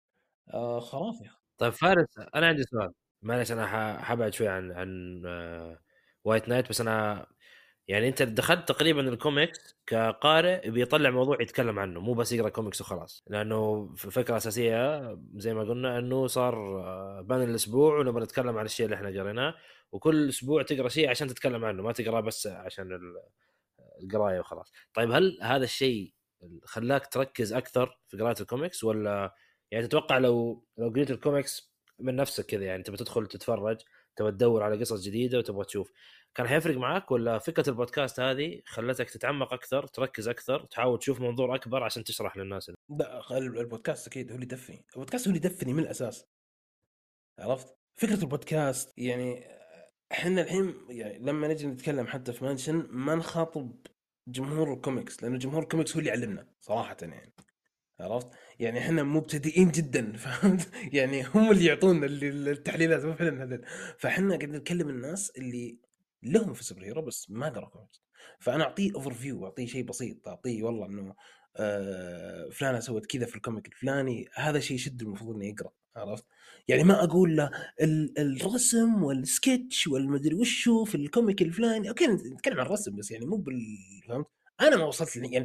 خرافي. طيب فارس، انا عندي سؤال، معلش انا حبعد شوي عن وايت نايت، بس انا يعني انت دخلت تقريبا الكوميكس كقارئ بيطلع موضوع يتكلم عنه، مو بس يقرا كوميكس وخلاص، لانه الفكره الاساسيه زي ما قلنا انه صار بان الاسبوع ونبغى نتكلم عن الشيء اللي احنا قريناه، وكل اسبوع تقرا شيء عشان تتكلم عنه، ما تقرا بس عشان القرايه وخلاص. طيب هل هذا الشيء خلاك تركز اكثر في قراءه الكوميكس، ولا يعني تتوقع لو قريت الكوميكس من نفسك كذا، يعني تبغى تدخل تتفرج، تبغى تدور على قصص جديده وتبغى تشوف، كان حيفرق معك؟ ولا فكره البودكاست هذه خلتك تتعمق اكثر، تركز اكثر، تحاول تشوف منظور اكبر عشان تشرح للناس؟ لا البودكاست اكيد هو اللي يدفني، البودكاست هو اللي يدفني من الاساس. عرفت فكره البودكاست يعني احنا الحين يعني لما نجي نتكلم حتى في مانشن ما نخاطب جمهور الكوميكس، لانه جمهور الكوميكس هو اللي علمنا صراحه يعني. عرفت يعني احنا مبتدئين جدا فهمت يعني هم اللي يعطونا التحليلات مو احنا هذول. فاحنا قاعدين نتكلم الناس اللي لهم في السوبر هيرو بس ما قرأوا كوميكس. فانا اعطيه اوفر فيو، اعطيه شيء بسيط، اعطيه والله انه فلانه سوت كذا في الكوميك الفلاني، هذا شيء يشد المفروض انه يقرا. عرفت يعني ما اقول له الرسم والسكتش والمدري وشو في الكوميك الفلاني. اوكي نتكلم عن الرسم بس يعني مو فهمت. انا ما وصلت يعني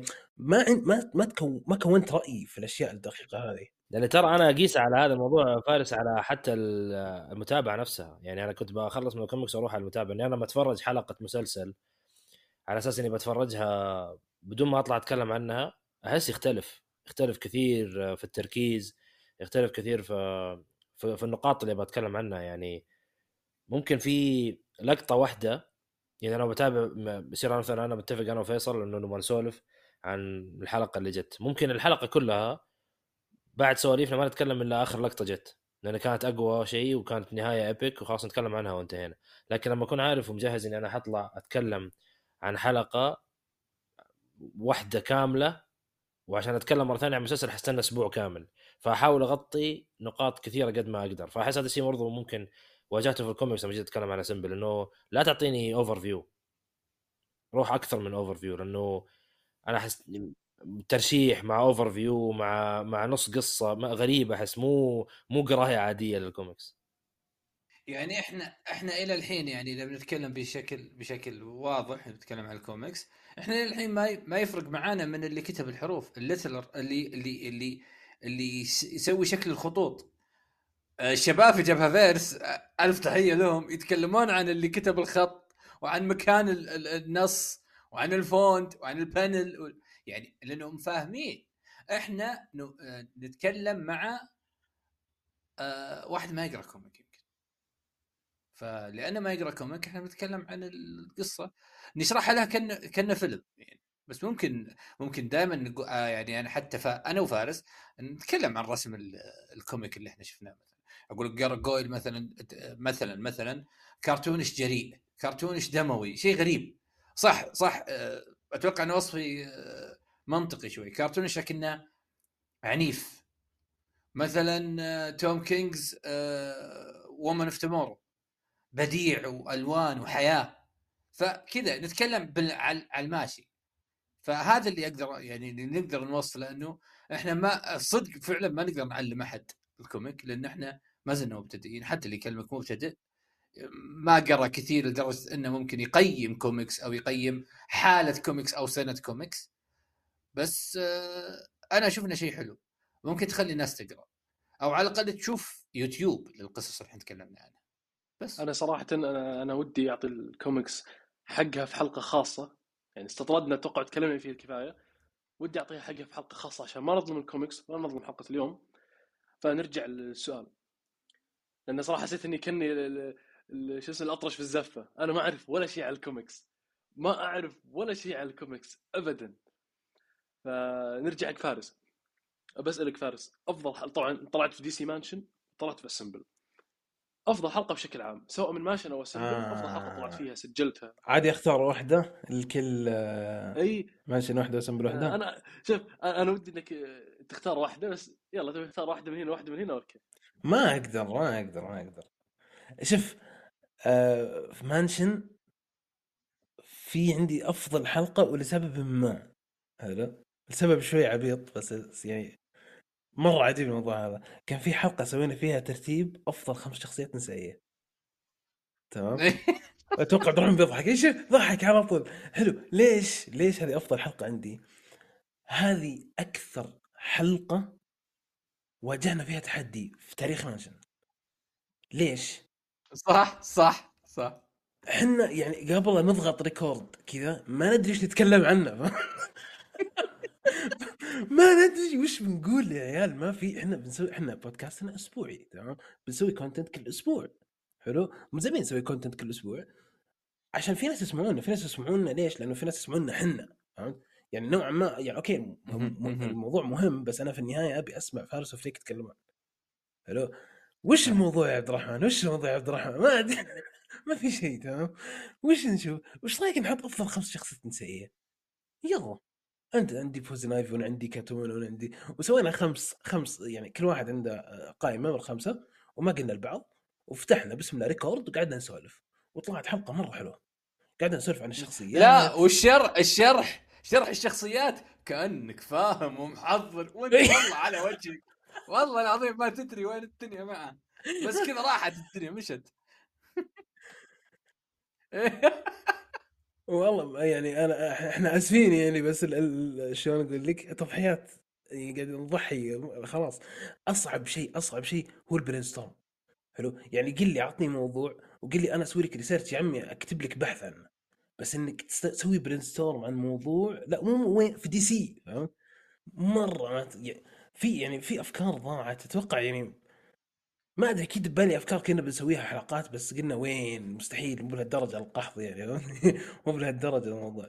ما كونت راي في الاشياء الدقيقه هذه. لان ترى انا اقيس على هذا الموضوع فارس على حتى المتابعه نفسها، يعني انا كنت بخلص من الكوميكس واروح على المتابعه، اني انا بتفرج حلقه مسلسل على اساس اني بتفرجها بدون ما اطلع اتكلم عنها، احس يختلف كثير في التركيز، يختلف كثير في النقاط اللي بتكلم عنها. يعني ممكن في لقطه واحده، يعني انا بتابع بصير مثلا انا متفق انا وفيصل انه نبغى نسولف عن الحلقه اللي جت، ممكن الحلقه كلها بعد سواليفنا ما نتكلم الا اخر لقطه جت، لان كانت اقوى شيء وكانت نهايه ايبك وخلاص نتكلم عنها وانتهينا. لكن لما اكون عارف ومجهز اني انا حطلع اتكلم عن حلقه واحده كامله، وعشان اتكلم مره ثانيه عن مسلسل حستنى اسبوع كامل، فاحاول اغطي نقاط كثيره قد ما اقدر. فاحس هذا الشيء برضه ممكن واجهته في الكوميكس لما جيت اتكلم على سمبل، انه لا تعطيني اوفر فيو، روح اكثر من اوفر فيو، لانه انا احس ترشيح مع اوفر فيو مع نص قصه غريبه، احس مو قرايه عاديه للكوميكس. يعني احنا الى الحين يعني لما نتكلم بشكل واضح نتكلم عن الكوميكس، احنا الى الحين ما يفرق معانا من اللي كتب الحروف الليتلر اللي يسوي شكل الخطوط. الشباب في جبهة فيرس ألف تحية لهم يتكلمون عن اللي كتب الخط وعن مكان النص وعن الفونت وعن البانل يعني لأنهم فاهمين. احنا نتكلم مع واحد ما يقرأ كوميك يمكن، فلأنه ما يقرأ كوميك احنا نتكلم عن القصة نشرحها لها كأنه فيلم يعني. بس ممكن دائما يعني أنا حتى أنا وفارس نتكلم عن رسم الكوميك اللي احنا شفناه. اقول جارجويل مثلا كرتونش جريء، كرتونش دموي، شيء غريب. صح اتوقع انه وصفي منطقي شوي، كرتونش لكنه عنيف. مثلا توم كينجز وومن اوف تومورو بديع والوان وحياه، فكذا نتكلم على الماشي. فهذا اللي اقدر يعني نقدر نوصله، انه احنا ما صدق فعلا ما نقدر نعلم احد الكوميك، لان احنا ما زلنا مبتدئين. حتى اللي يكلمك مبتدئ ما قرأ كثير لدرجة انه ممكن يقيم كوميكس او يقيم حالة كوميكس او سنة كوميكس، بس انا اشوف انه شيء حلو ممكن تخلي الناس تقرأ، او على الاقل تشوف يوتيوب للقصص اللي احنا تكلمنا عنها. بس انا صراحه انا ودي اعطي الكوميكس حقها في حلقه خاصه، يعني استطردنا اتوقع تكلمنا فيه الكفايه، ودي اعطيها حقها في حلقه خاصه عشان ما نظلم الكوميكس ولا نظلم حلقه اليوم. فنرجع للسؤال، لان صراحه حسيت اني كني شو اسمه الاطرش في الزفه، انا ما اعرف ولا شيء على الكوميكس، ما اعرف ولا شيء على الكوميكس ابدا. فنرجع حق فارس، بسالك فارس، افضل طبعا طلعت في دي سي مانشن، طلعت في اسمبل، افضل حلقه بشكل عام سواء من مانشن او اسمبل، افضل حلقه طلعت فيها سجلتها. عادي اختار واحده الكل، اي ماشي واحده وسنبل واحده. انا شوف، انا ودي انك تختار واحده، بس يلا تبي تختار واحده من هنا واحده من هنا، اوكي. ما اقدر. شوف، في مانشن في عندي افضل حلقه ولسبب ما، هذا السبب شوي عبيط بس يعني مره عجيب الموضوع هذا. كان في حلقه سوينا فيها ترتيب افضل 5 شخصيات نسائيه، تمام؟ اتوقع عبد الرحمن بيضحك، ايش ضحك على طول. حلو، ليش هذه افضل حلقه عندي؟ هذه اكثر حلقه واجهنا فيها تحدي في تاريخ مانشن. ليش؟ صح. احنا يعني قبل لا نضغط ريكورد كذا ما ندري ايش نتكلم عنه. ما ندري وش بنقول يا عيال، ما في، احنا بودكاستنا اسبوعي، تمام؟ بنسوي كونتنت كل اسبوع. حلو، مو زين نسوي كونتنت كل اسبوع عشان في ناس يسمعونا. ليش؟ لانه في ناس يسمعونا احنا، فهمت؟ يعني نوعا ما يعني اوكي الموضوع مهم، بس انا في النهايه ابي اسمع فارس وفريك يتكلمون. حلو، وش الموضوع يا عبد الرحمن؟ ما ادري. ما في شيء، تمام؟ وش نشوف؟ وش رايك نحط افضل 5 شخصيات نسائيه؟ يلا، انت عندي فوزن ايفي، وانا عندي كاتون، وانا عندي، وسوينا خمس يعني كل واحد عنده قائمه من 5، وما قلنا لبعض، وفتحنا بسم الله ريكورد وقعدنا نسولف، وطلعت حلقه مره حلوه. قعدنا نسولف عن الشخصيات. لا، شرح الشخصيات كأنك فاهم ومحضر، وانت والله على وجهك والله العظيم ما تدري وين الدنيا معه، بس كذا راحت الدنيا مشت. والله يعني احنا اسفين يعني، بس شلون اقول لك، تضحيات يعني قاعد نضحي خلاص. اصعب شيء هو البرين ستورم. حلو، يعني قل لي عطني موضوع وقل لي انا اسوي لك ريسيرش يا عمي، اكتب لك بحث عنه، بس انك تسوي برين ستورم عن موضوع، لا مو وين في دي سي، فهمت؟ مره ما في افكار ضاعت، اتوقع يعني ما ادري، اكيد ببالي افكار كنا بنسويها حلقات، بس قلنا وين، مستحيل مو بهالدرجه القحط يعني. مو بهالدرجه الموضوع.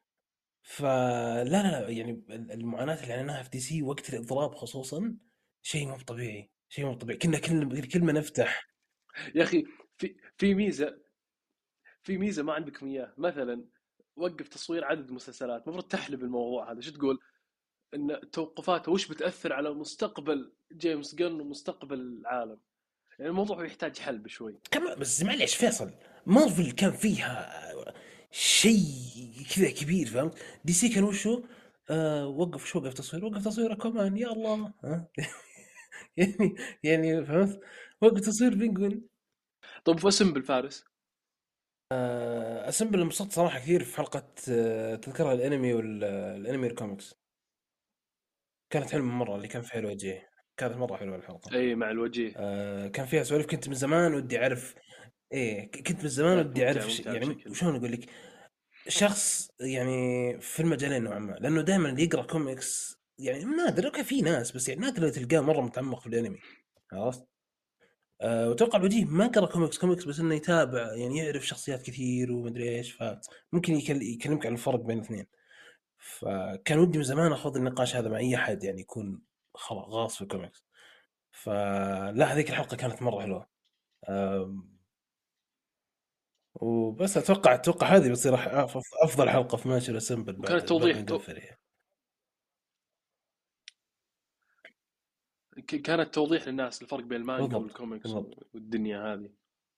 لا يعني المعاناه اللي عانيناها في دي سي وقت الاضراب خصوصا شيء مو طبيعي. كنا كل ما نفتح. يا اخي، في ميزه ما عندكم اياه، مثلا وقف تصوير عدد مسلسلات، المفروض تحلب الموضوع هذا، شو تقول ان توقفاته وش بتاثر على مستقبل جيمس جن ومستقبل العالم، يعني الموضوع يحتاج حل بشوي. كمان بس معليش فيصل، مارفل كان فيها شيء كذا كبير، فهمت؟ دي سي كان وشو؟ وقف تصوير اكوامان، يا الله. ها؟ يعني فهمت؟ وقف تصوير بينجوين. طب فاسم بالفارس، اسمبل انبسطت صراحه كثير في حلقه، تذكرها الانمي والانمي الكوميكس، كانت حلوه مره، اللي كان فيها الوجه، كانت مره حلوه الحلقه. اي مع الوجيه، كان فيها سوالف، كنت من زمان ودي اعرف. ايه، كنت من زمان كانت ودي اعرف ممتعه يعني بشكل. شلون اقول لك، شخص يعني في المجالين نوعا ما، لانه دائما اللي يقرا كوميكس يعني نادر، اوكي في ناس بس يعني نادر اللي تلقاه مره متعمق في الانمي، عرفت؟ واتوقع الوجيه ما قرا كوميكس بس انه يتابع، يعني يعرف شخصيات كثير ومدري ايش، فممكن يكلمك عن الفرق بين الاثنين. فكان ودي من زمان اخوض النقاش هذا مع اي احد يعني يكون خلاص غاص في الكوميكس. فلا، هذيك الحلقه كانت مره حلوه. وبس اتوقع هذه بتصير افضل حلقه في مانشر اسمبل وكانت بعد توضيح ما نقفل يعني. كانت توضيح للناس الفرق بين المانجا والكوميكس بالضبط. والدنيا هذه.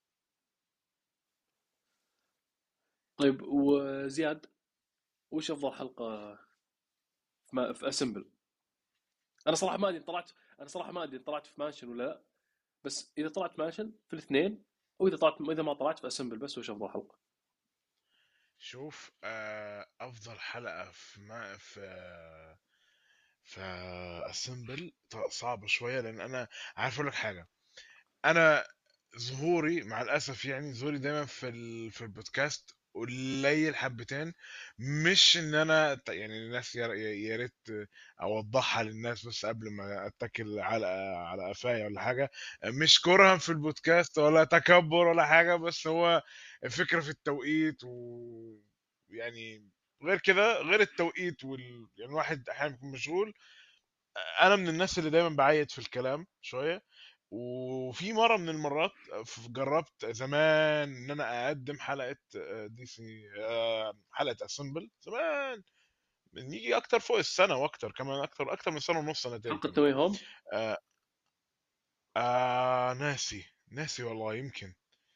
طيب وزياد، وش افضل حلقه في اسمبل؟ انا صراحه ما ادري طلعت في مانشن ولا لا، بس اذا طلعت مانشن في الاثنين واذا ما طلعت فاسمبل بس وش افضل حلقه. شوف افضل حلقة في اسمبل صعبة شوية، لان انا عارف اقول لك حاجة. انا ظهوري مع الاسف، يعني ظهوري دايما في البودكاست قليل حبتين. مش ان انا يعني الناس يا ريت اوضحها للناس بس قبل ما اتكل على قفايا ولا حاجه. مش كرها في البودكاست ولا تكبر ولا حاجه، بس هو الفكره في التوقيت يعني غير كده، غير التوقيت يعني الواحد احيانا بيكون مشغول. انا من الناس اللي دايما بعيد في الكلام شويه. وفي مره من المرات جربت زمان ان انا اقدم حلقه دي سي، حلقه اسمبل زمان، من يجي اكتر فوق السنه واكتر كمان، اكتر من سنه ونص، سنتين حلقه كمان. نوي هوم. آه ناسي والله، يمكن.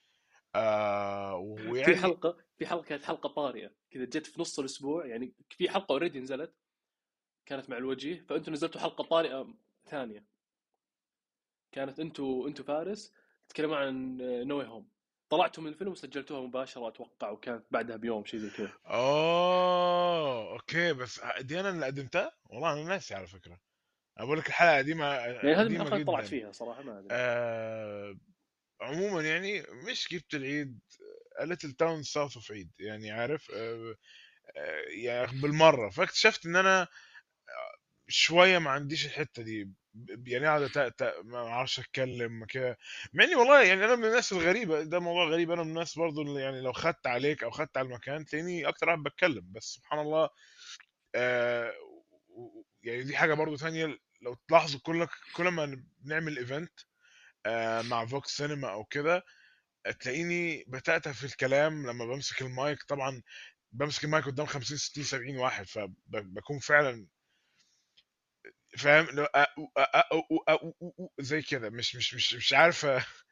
في ويعني حلقه كانت حلقه طارئه كذا، جت في نص الاسبوع، يعني في حلقه اوريدي نزلت كانت مع الوجيه، فانتم نزلتوا حلقه طارئه ثانيه، كانت انتم فارس تتكلمون عن نوي هوم، طلعتوا من الفيلم وسجلتوها مباشره اتوقع، وكانت بعدها بيوم شيء زي كذا. اوكي، بس دي انا اللي قدمتها والله، انا ناسي على فكره. انا بقول لك الحلقه يعني هذه من قديمه الحلقات اللي طلعت جدا. فيها صراحه، ما ادري. عموما يعني مش جبت العيد، ليتل تاون ساوث اوف عيد، يعني عارف. يعني بالمره فاكتشفت ان انا شويه ما عنديش الحته دي. يعني قاعد ما اعرفش اتكلم كده. مع اني والله يعني انا من الناس الغريبه، ده موضوع غريب، انا من الناس برضو اللي يعني لو خدت عليك او خدت على المكان تلاقيني اكتر واحد بتكلم، بس سبحان الله. آه يعني دي حاجه برضو ثانيه، لو تلاحظوا كل ما بنعمل ايفنت مع فوكس سينما او كده، تلاقيني بتأتأ في الكلام لما بمسك المايك. طبعا بمسك المايك قدام 50 60 70 واحد، فبكون فعلا فاهم لو زي كده، مش عارف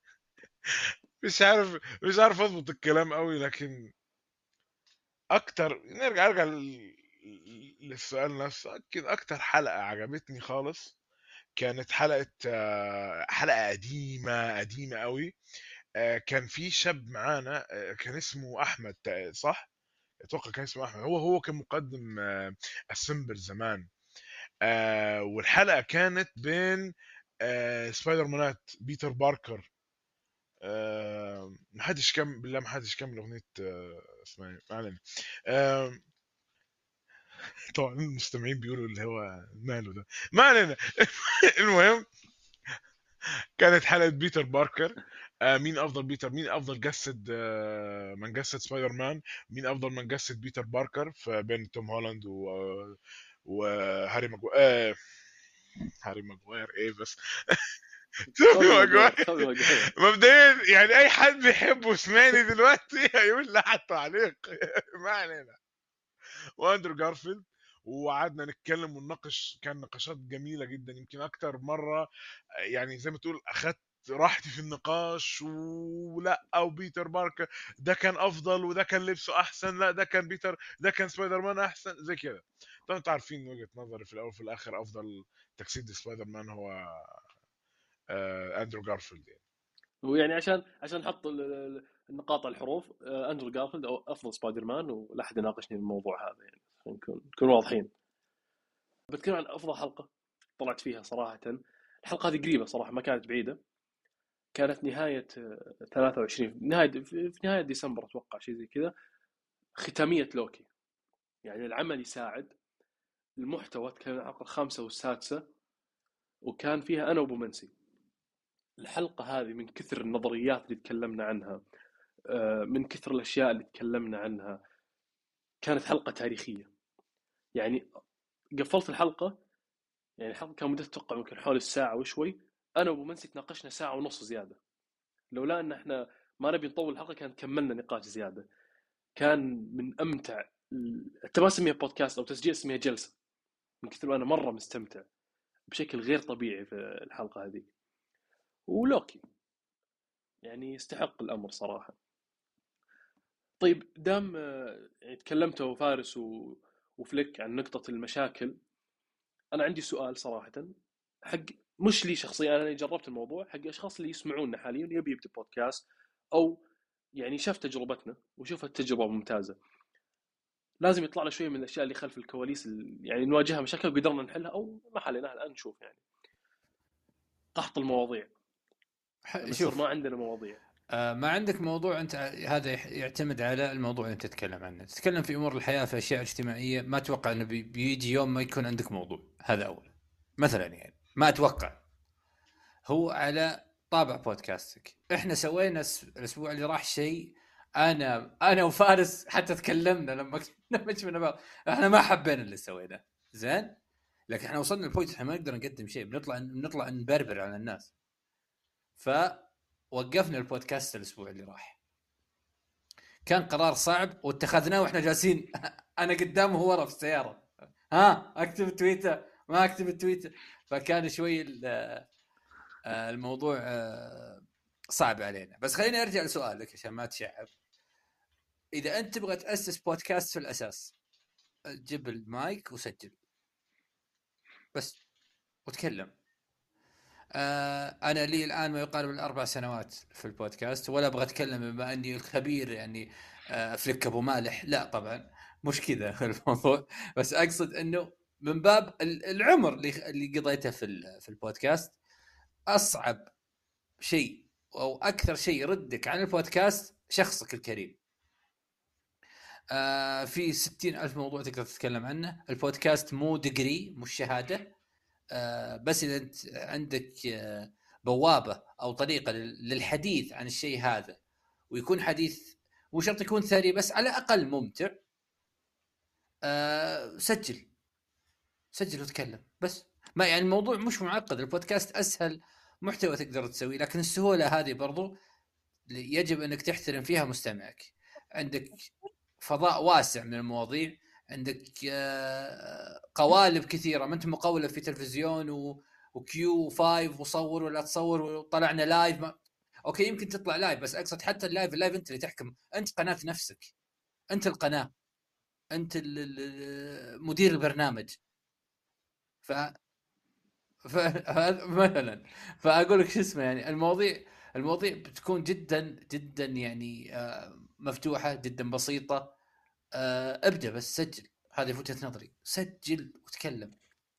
مش عارف اضبط الكلام قوي. لكن اكتر ارجع للسؤال نفسه. اكيد اكتر حلقة عجبتني خالص كانت حلقة قديمة قوي. كان في شاب معانا، كان اسمه احمد، صح؟ اتوقع كان اسمه احمد. هو كان مقدم السمبل زمان. والحلقه كانت بين سبايدر مانات بيتر باركر. ما حدش كمل اغنيه اسمها إيه؟ ما علينا. آه طبعا المستمعين بيقولوا اللي هو ماله ده، ما علينا. المهم كانت حلقه بيتر باركر. مين افضل جسد من جسد سبايدر مان، مين افضل من جسد بيتر باركر، فبين توم هولاند وهاري ماجواير. هاري ماجواير ايه بس. تومي ماجواير. توبي ماجواير. مبدئيا يعني اي حد بيحبه سمعني دلوقتي هيقول لا حتى عليك. ما علينا. واندرو جارفيلد. وقعدنا نتكلم ونناقش، كان نقاشات جميله جدا، يمكن اكتر مره يعني زي ما تقول اخدت راحتي في النقاش. ولا او بيتر باركر ده كان افضل، وده كان لبسه احسن، لا ده كان ده كان سبايدر مان احسن زي كده. طبعا انتوا عارفين وجهة نظري، في الاول وفي الاخر افضل تجسيد سبايدر مان هو اندرو جارفيلد يعني. ويعني عشان نحط النقاط على الحروف، اندرو جارفيلد او افضل سبايدر مان، ولا احد يناقشني بالموضوع هذا، يعني نكون واضحين. بتكلم عن افضل حلقه طلعت فيها صراحه. الحلقه هذه قريبه صراحه، ما كانت بعيده، كانت نهايه 23، في نهايه ديسمبر اتوقع، شيء زي كذا، ختاميه لوكي. يعني العمل يساعد، المحتوى تكلم عن الحلقه الخامسه والسادسه، وكان فيها انا وابو منسي. الحلقه هذه من كثر النظريات اللي تكلمنا عنها، من كثر الاشياء اللي تكلمنا عنها، كانت حلقه تاريخيه. يعني قفلت الحلقه، يعني الحلقه كان مدتها اتوقع ممكن حول الساعه وشوي، انا وابو منسي تناقشنا ساعه ونص زياده. لولا ان احنا ما نبي نطول الحلقه كان كملنا نقاش زياده. كان من امتع ما اسميها بودكاست او تسجيل، اسميها جلسه، من كثر ما انا مره مستمتع بشكل غير طبيعي في الحلقه هذه. ولوكي يعني يستحق الامر صراحه. طيب دام يعني تكلمتوا فارس وفليك عن نقطه المشاكل، انا عندي سؤال صراحه، حق مش لي شخصيا، انا جربت الموضوع، حق اشخاص اللي يسمعونا حاليا يبي يبدا بودكاست او يعني شاف تجربتنا وشوف التجربه ممتازه، لازم يطلع له شويه من الاشياء اللي خلف الكواليس، يعني نواجهها مشاكل وقدرنا نحلها او ما حليناها الان نشوف يعني قحط المواضيع لما يصير شوف ما عندنا مواضيع. ما عندك موضوع انت، هذا يعتمد على الموضوع اللي انت تتكلم عنه. تتكلم في امور الحياه، في اشياء اجتماعيه، ما اتوقع انه بيجي يوم ما يكون عندك موضوع. هذا اول مثلا، يعني ما اتوقع. هو على طابع بودكاستك. احنا سوينا الاسبوع اللي راح شيء، انا وفارس حتى تكلمنا لما جبنا بعض، احنا ما حبينا اللي سويناه زين، لكن احنا وصلنا لبوينت احنا ما نقدر نقدم شيء، بنطلع نبربر على الناس. فوقفنا البودكاست الاسبوع اللي راح. كان قرار صعب واتخذناه واحنا جالسين انا قدامه هو ورا في السياره، اكتب تويتر ما اكتب التويتر. فكان شوي الموضوع صعب علينا. بس خليني ارجع لسؤالك عشان ما تشعب. اذا انت تبغى تاسس بودكاست في الاساس، جيب المايك وسجل بس وتكلم. انا لي الان ما يقارب 4 سنوات في البودكاست، ولا ابغى اتكلم بما اني الخبير يعني فلك ابو مالح، لا طبعا مش كذا الموضوع. بس اقصد انه من باب العمر اللي قضيته في البودكاست، اصعب شيء او اكثر شيء يردك عن البودكاست شخصك الكريم. في 60,000 موضوع تقدر تتكلم عنه. البودكاست مو دقري، مش شهادة. بس إذا أنت عندك بوابة أو طريقة للحديث عن الشيء هذا، ويكون حديث مو شرط يكون ثري، بس على الأقل ممتع، سجل وتكلم بس. ما يعني الموضوع مش معقد. البودكاست أسهل محتوى تقدر تسويه، لكن السهولة هذه برضو يجب أنك تحترم فيها مستمعك. عندك فضاء واسع من المواضيع، عندك قوالب كثيرة، ما أنت مقولب في تلفزيون وكيو 5 وصور ولا تصور وطلعنا لايف. أوكي يمكن تطلع لايف، بس أقصد حتى اللايف أنت اللي تحكم، أنت قناة نفسك، أنت القناة، أنت مدير البرنامج. مثلا فأقول لك شو اسمه، يعني المواضيع بتكون جدا جدا يعني مفتوحة جدا بسيطة. ابدأ بس سجل. هذه وجهة نظري، سجل وتكلم.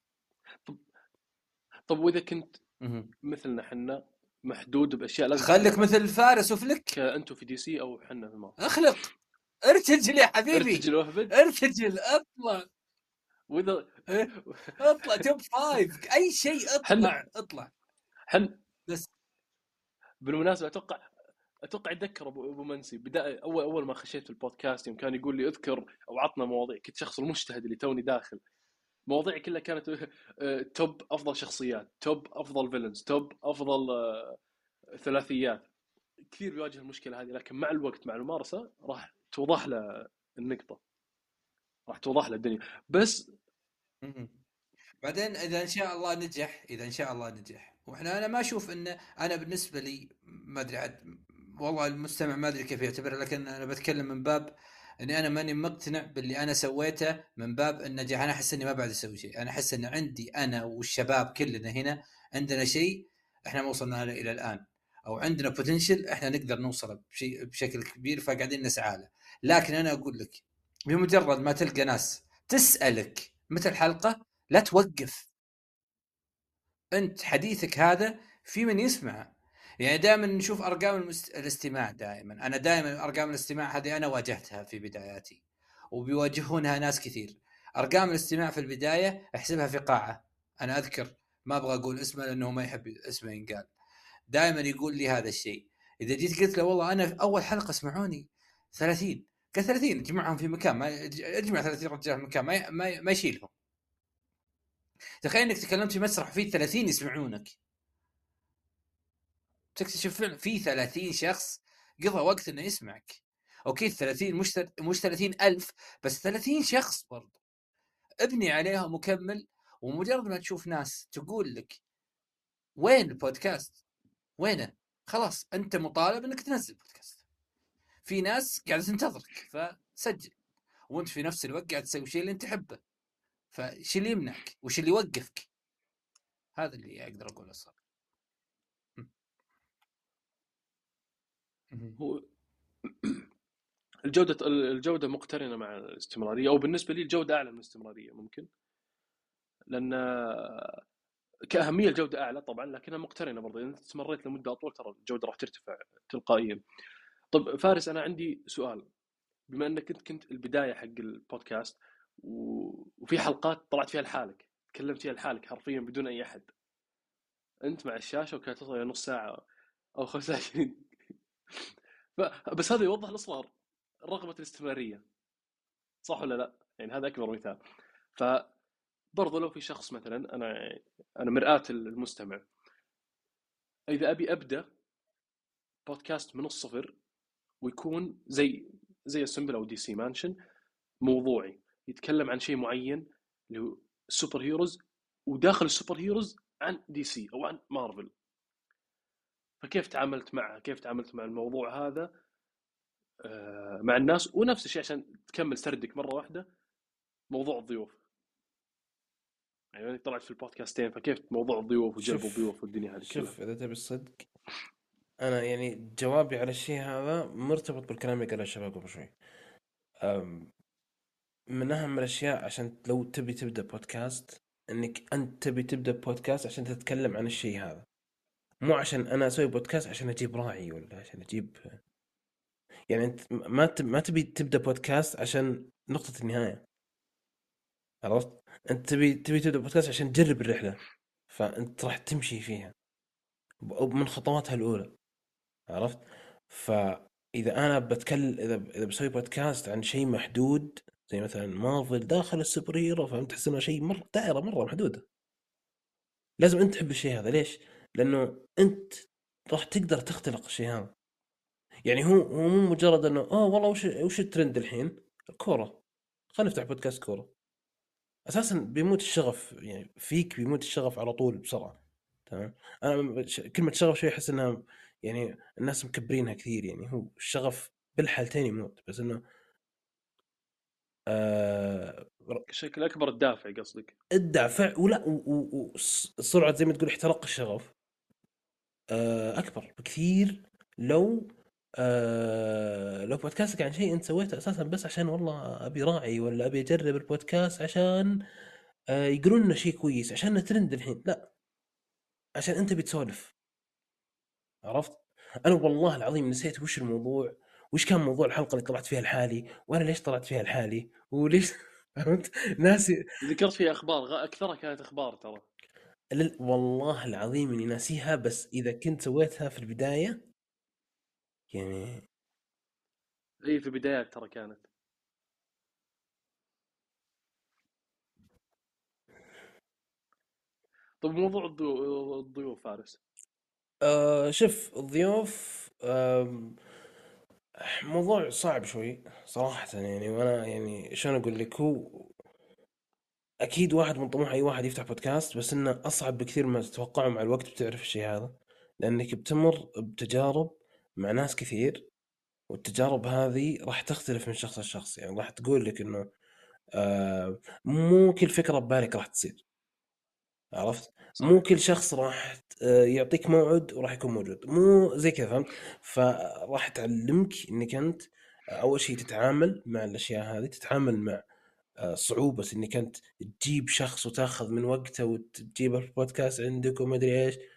طب واذا كنت مثلنا حنا محدود باشياء لازم خليك مثل فارس وفلك، انتم في دي سي او حنا في المارفل. اخلق، ارتجل يا حبيبي، ارتجل واهبد، ارتجل، اطلع واذا اطلع توب 5 اي شيء، اطلع حن بس. بالمناسبه اتوقع اتذكر ابو منسي بدايه اول ما خشيت في البودكاست يوم كان يقول لي اذكر او عطنا مواضيع، كنت شخص المجتهد اللي توني داخل، مواضيع كلها كانت توب افضل شخصيات، توب افضل فيلنز، توب افضل ثلاثيات. كثير بيواجه المشكله هذه، لكن مع الوقت مع الممارسه راح توضح له النقطه، راح توضح له الدنيا. بس بعدين اذا ان شاء الله نجح، انا ما اشوف انه، انا بالنسبه لي ما ادري عاد والله المستمع ما ادري كيف يعتبر، لكن انا بتكلم من باب اني انا ماني مقتنع باللي انا سويته من باب النجاح. انا احس اني ما بعد اسوي شيء. انا احس ان عندي انا والشباب كلنا هنا عندنا شيء احنا ما وصلنا له الى الان، او عندنا بوتنشل احنا نقدر نوصل بشكل كبير، فقاعدين نسعى له. لكن انا اقول لك بمجرد ما تلقى ناس تسالك متى الحلقه، لا توقف. انت حديثك هذا في من يسمع. يعني دائما نشوف ارقام الاستماع. انا دائما ارقام الاستماع هذه انا واجهتها في بداياتي، وبيواجهونها ناس كثير. ارقام الاستماع في البدايه احسبها في قاعه. انا اذكر، ما ابغى اقول اسمه لانه ما يحب اسمه ينقال، دائما يقول لي هذا الشيء. اذا جيت قلت له والله انا في اول حلقه اسمعوني 30، قال 30 اجمعهم في مكان، ما اجمع 30 رجال في مكان ما يشيلهم. تخيل انك تكلمت في مسرح فيه 30 يسمعونك، تكتشف فعلا في 30 شخص قضى وقت انه يسمعك. اوكي 30 مش 30,000، بس 30 شخص برضو ابني عليها مكمل. ومجرد ما تشوف ناس تقول لك وين البودكاست، وينه، خلاص انت مطالب انك تنزل بودكاست. في ناس قاعده تنتظرك فسجل، وانت في نفس الوقت قاعد تسوي شيء اللي انت تحبه. فايش اللي يمنعك وش اللي يوقفك؟ هذا اللي اقدر اقوله صار. هو الجودة مقترنة مع الاستمرارية، أو بالنسبة لي الجودة أعلى من الاستمرارية ممكن، لأن كأهمية الجودة أعلى طبعا، لكنها مقترنة برضه. إذا أنت استمريت لمدة أطول ترى الجودة راح ترتفع تلقائيا. طب فارس، أنا عندي سؤال. بما أنك كنت البداية حق البودكاست وفي حلقات طلعت فيها لحالك، تكلمت فيها لحالك حرفيا بدون أي أحد، أنت مع الشاشة وكانت توصل نص ساعة أو 25 بس هذا يوضح الإصرار، رغبة الاستمرارية، صح ولا لا؟ يعني هذا أكبر مثال. فبرضه لو في شخص مثلا، أنا مرآة المستمع، إذا أبي أبدأ بودكاست من الصفر ويكون زي السمبل أو دي سي مانشن، موضوعي يتكلم عن شيء معين اللي هو السوبر هيروز، وداخل السوبر هيروز عن دي سي أو عن مارفل، فكيف تعاملت معها؟ كيف تعاملت مع الموضوع هذا مع الناس؟ ونفس الشيء عشان تكمل سردك مرة واحدة، موضوع الضيوف. يعني أنا طلعت في البودكاستين، فكيف موضوع الضيوف وجلب شوف الضيوف والدنيا هذه كلها؟ شوف إذا تبي الصدق، أنا يعني جوابي على الشيء هذا مرتبط بالكلام اللي قاله الشباب قبل شوي. من أهم الأشياء عشان لو تبي تبدأ بودكاست، إنك أنت تبي تبدأ بودكاست عشان تتكلم عن الشيء هذا، مو عشان أنا أسوي بودكاست عشان أجيب راعي ولا عشان أجيب. يعني أنت ما تبي تبدأ بودكاست عشان نقطة النهاية، عرفت؟ أنت تبي تبدأ بودكاست عشان تجرب الرحلة، فأنت راح تمشي فيها من خطواتها الأولى، عرفت؟ فإذا أنا بتكلم، إذا بسوي بودكاست عن شيء محدود زي مثلا مارفل داخل السوبر هيرو، فهمت؟ تحس إنه شيء دائرة مرة محدودة. لازم أنت تحب الشيء هذا. ليش؟ لأنه أنت راح تقدر تختلق الشيء هذا. يعني هو مو مجرد إنه والله وش الترند الحين؟ كورة، خلينا نفتح بودكاست كورة. أساسا بيموت الشغف، يعني فيك بيموت الشغف على طول بسرعة. تمام. أنا كلمة شغف شوي أحس إنها يعني الناس مكبرينها كثير. يعني هو الشغف بالحالتين يموت، بس إنه بشكل أكبر الدافع قصدك؟ الدافع ولا وسرعة زي ما تقول احتراق الشغف أكبر بكثير لو لو بودكاستك عن شيء أنت سويته أساسا بس عشان والله أبي راعي، ولا أبي أجرب البودكاست عشان يقولون لنا شيء كويس، عشان ترند الحين. لا، عشان أنت بتسولف، عرفت؟ أنا والله العظيم نسيت وش الموضوع، وش كان موضوع الحلقة اللي طلعت فيها لحالي، وأنا ليش طلعت فيها لحالي، وليش فهمت؟ ناسي. ذكرت فيها أخبار، أكثرها كانت أخبار ترى. والله العظيم إني ناسيها، بس إذا كنت سويتها في البداية يعني. هي في البدايات ترى كانت. طب موضوع الضيوف فارس، شوف الضيوف موضوع صعب شوي صراحة. يعني وأنا يعني شلون أقول لك، هو أكيد واحد من طموح أي واحد يفتح بودكاست، بس إنه أصعب بكثير ما تتوقعه. مع الوقت بتعرف الشيء هذا، لأنك بتمر بتجارب مع ناس كثير، والتجارب هذه راح تختلف من شخص لشخص. يعني راح تقول لك إنه مو كل فكرة ببالك راح تصير، عرفت؟ صح. مو كل شخص راح يعطيك موعد وراح يكون موجود، مو زي كذا، فهمت؟ فراح تعلمك انك انت اول شيء تتعامل مع الاشياء هذه، تتعامل مع صعوبة انك انت تجيب شخص وتاخذ من وقته وتجيبه في البودكاست عندك وما ادري ايش،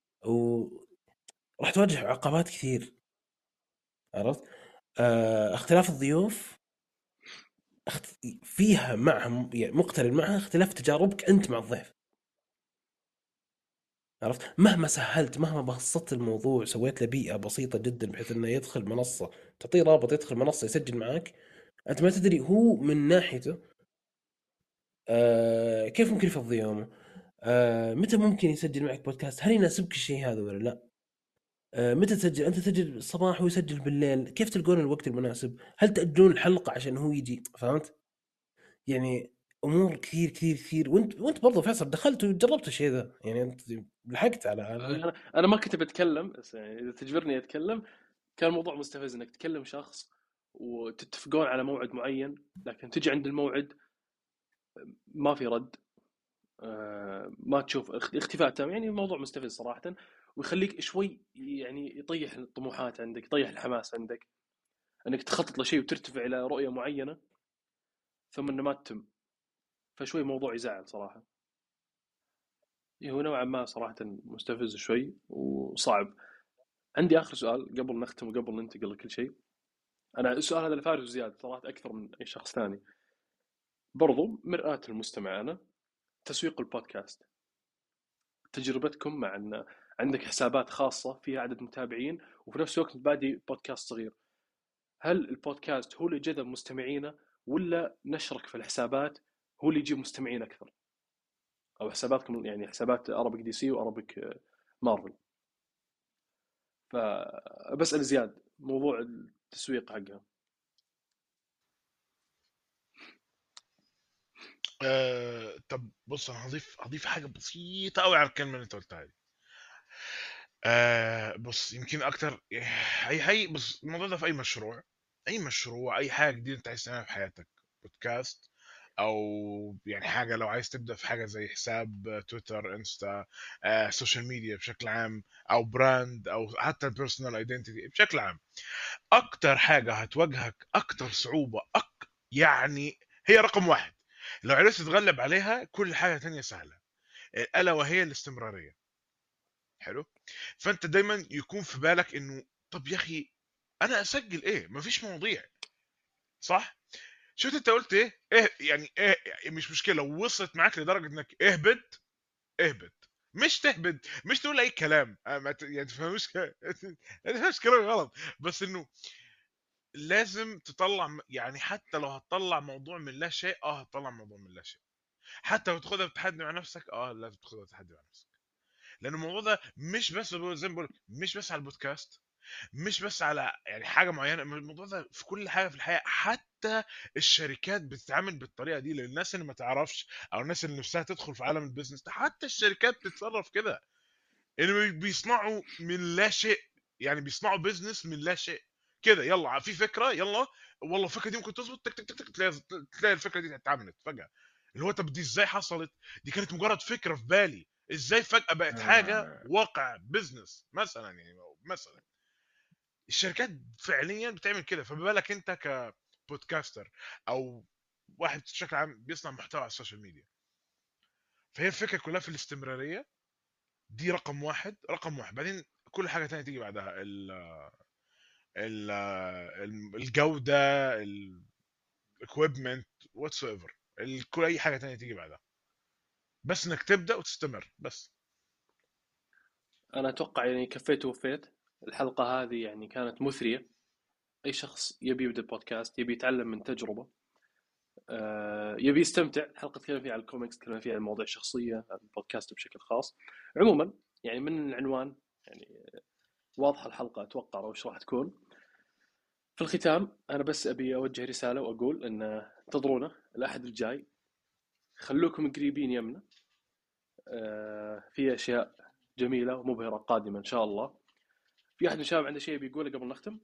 وراح تواجه عقبات كثير، عرفت؟ اختلاف الضيوف فيها معها، يعني مقترن معها اختلاف تجاربك انت مع الضيف، عرفت؟ مهما سهلت، مهما بسطت الموضوع، سويت له بيئة بسيطة جدا بحيث انه يدخل منصة، تعطيه رابط يدخل منصة يسجل معك، انت ما تدري هو من ناحيته كيف ممكن يفضي يومه، متى ممكن يسجل معك بودكاست، هل يناسبك الشيء هذا ولا لا، متى تسجل، انت تسجل الصباح ويسجل بالليل، كيف تلقون الوقت المناسب، هل تأجلون الحلقة عشان هو يجي، فهمت؟ يعني امور كثير كثير كثير. وانت برضو فيصل دخلت وجربت الشيء ذا، يعني انت لحقت على أنا ما كنت بتكلم، بس يعني إذا تجبرني أتكلم، كان الموضوع مستفز إنك تكلم شخص وتتفقون على موعد معين، لكن تجي عند الموعد ما في رد، ما تشوف اختفاء تام، يعني الموضوع مستفز صراحة، ويخليك شوي يعني يطيح الطموحات عندك، يطيح الحماس عندك انك تخطط لشيء وترتفع الى رؤية معينة ثم انه ما تتم، فشوي موضوع يزعل صراحة. هو نوعا ما صراحة مستفز شوي وصعب. عندي آخر سؤال قبل نختم وقبل ننتقل لكل شيء. أنا السؤال هذا لفارس وزياد صراحة أكثر من أي شخص ثاني، برضو مرآة المستمع. أنا تسويق البودكاست، تجربتكم مع أن عندك حسابات خاصة فيها عدد متابعين وفي نفس الوقت بادي بودكاست صغير، هل البودكاست هو اللي جذب مستمعينه ولا نشرك في الحسابات هو اللي يجيب مستمعين أكثر؟ أو حساباتكم يعني حسابات أرابيك دي سي وأرابيك مارفل. فبسأل زياد موضوع التسويق حقها. طب بص، انا هضيف حاجه بسيطه قوي على الكلمه اللي انت قلتها دي. بص، يمكن اكتر. هي بص، الموضوع ده في اي مشروع، اي حاجه جديده انت عايز تعملها في حياتك، بودكاست او يعني حاجه، لو عايز تبدا في حاجه زي حساب تويتر، انستا، سوشيال ميديا بشكل عام، او براند، او حتى البيرسونال ايدنتيتي بشكل عام. اكتر حاجه هتواجهك، اكتر صعوبه، يعني هي رقم واحد. لو عرفت تتغلب عليها كل حاجه تانية سهله، الا وهي الاستمراريه. حلو. فانت دايما يكون في بالك انه طب يا اخي، انا اسجل ايه؟ مفيش مواضيع، صح؟ شفت انت قلت ايه يعني ايه؟ يعني مش مشكله لو وصلت معاك لدرجه انك اهبط، مش تهبد، مش تقول اي كلام. ما يعني تفهمش ما تفهمش كلام غلط، بس انه لازم تطلع يعني حتى لو هتطلع موضوع من لا شيء، هتطلع موضوع من لا شيء. حتى لو تاخدها بتحدي مع نفسك، لازم تاخدها بتحدي مع نفسك. لان الموضوع ده مش بس زي ما بقول، مش بس على البودكاست، مش بس على يعني حاجه معينه. الموضوع ده في كل حاجه في الحياه. حتى الشركات بتتعامل بالطريقه دي، للناس اللي ما تعرفش او الناس اللي نفسها تدخل في عالم البيزنس ده. حتى الشركات بتتصرف كده، ان بيصنعوا من لا شيء. يعني بيصنعوا بيزنس من لا شيء كده. يلا في فكره، يلا والله الفكره دي ممكن تظبط، تك تك تك تك، تلاقي الفكره دي اتعملت فجاه. اللي هو طب دي ازاي حصلت؟ دي كانت مجرد فكره في بالي، ازاي فجاه بقت حاجه واقع بزنس مثلا؟ يعني مثلا الشركات فعليا بتعمل كده، فما بالك انت كبودكاستر او واحد بشكل عام بيصنع محتوى على السوشيال ميديا. فهي الفكره كلها في الاستمراريه. دي رقم واحد. بعدين كل حاجه تانية تيجي بعدها، ال الجوده، الاكويبمنت، واتس ايفر. كل اي حاجه تانية تيجي بعدها، بس انك تبدا وتستمر بس. أنا أتوقع يعني كفيت ووفيت. الحلقة هذه يعني كانت مثرية. أي شخص يبي يبدأ بودكاست، يبي يتعلم من تجربة، يبي يستمتع. الحلقة تكلم فيها عن الكوميكس، تكلم فيها عن المواضيع الشخصية، عن البودكاست بشكل خاص. عموما يعني من العنوان يعني واضحة الحلقة أتوقع وش راح تكون. في الختام أنا بس أبي أوجه رسالة وأقول أن انتظرونا الأحد الجاي، خلوكم قريبين يمنا. في أشياء جميلة ومبهرة قادمة إن شاء الله. في أحد من الشباب عنده شيء بيقوله قبل نختم؟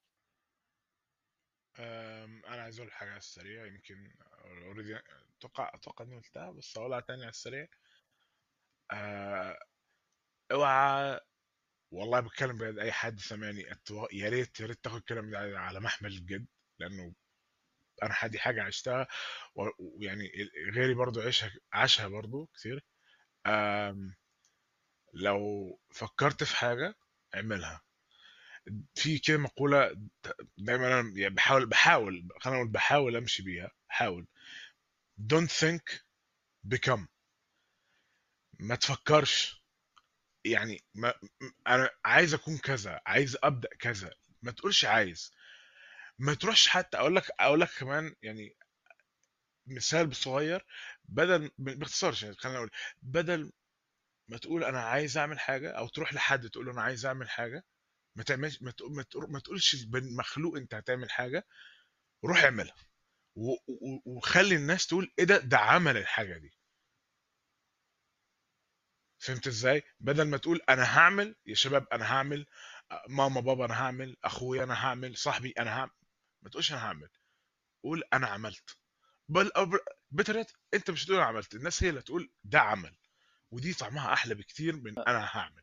انا عايز اقول حاجه على السريع، يمكن اوريدي اتوقع اني قلتها، بس اقولها تاني على السريع. آه، اوعى، والله بتكلم بجد، اي حد سامعني يا ريت تاخد الكلام ده على محمل الجد. لانه انا دي حاجه عشتها، ويعني غيري برضو عاشها برضو كتير. آم، لو فكرت في حاجه اعملها. في كده مقوله دايما انا يعني بحاول، خلينا نقول بحاول امشي بيها. حاول don't think become. ما تفكرش يعني انا عايز اكون كذا، عايز ابدا كذا. ما تقولش عايز. ما تروحش حتى اقول لك كمان يعني مثال صغير. بدل باختصار يعني خلينا نقول، بدل ما تقول انا عايز اعمل حاجه، او تروح لحد تقول له انا عايز اعمل حاجه، ما تعملش، ما تقولش بالمخلوق انت هتعمل حاجه. روح اعملها، وخلي الناس تقول ايه ده عمل الحاجه دي. فهمت ازاي؟ بدل ما تقول انا هعمل يا شباب، انا هعمل، ماما بابا انا هعمل، اخويا انا هعمل، صاحبي انا هعمل. ما تقولش انا هعمل، قول انا عملت. بل بترت انت مش تقول أنا عملت، الناس هي اللي تقول ده عمل، ودي طعمها احلى بكتير من انا هعمل.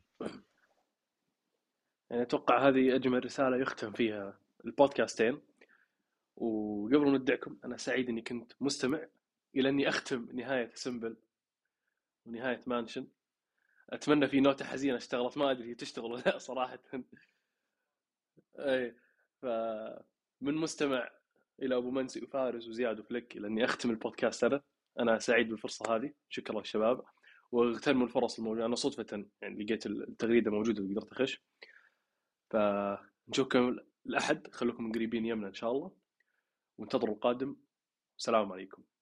يعني اتوقع هذه اجمل رساله يختم فيها البودكاستين. وقبل ما نودعكم، انا سعيد اني كنت مستمع الى اني اختم نهايه سمبل ونهايه مانشن. اتمنى في نوتة حزينه اشتغلت، ما ادري هي تشتغل ولا لا صراحه. اي، من مستمع الى ابو منسي وفارس وزياد وفلك الى اني اختم البودكاست هذا. انا سعيد بالفرصه هذه، شكرا للشباب، واغتنموا الفرص الموجوده. انا صدفه يعني لقيت التغريده موجوده وقدرت اخش. فنشوفكم الاحد، خلوكم قريبين يمنا ان شاء الله، وانتظروا القادم. السلام عليكم.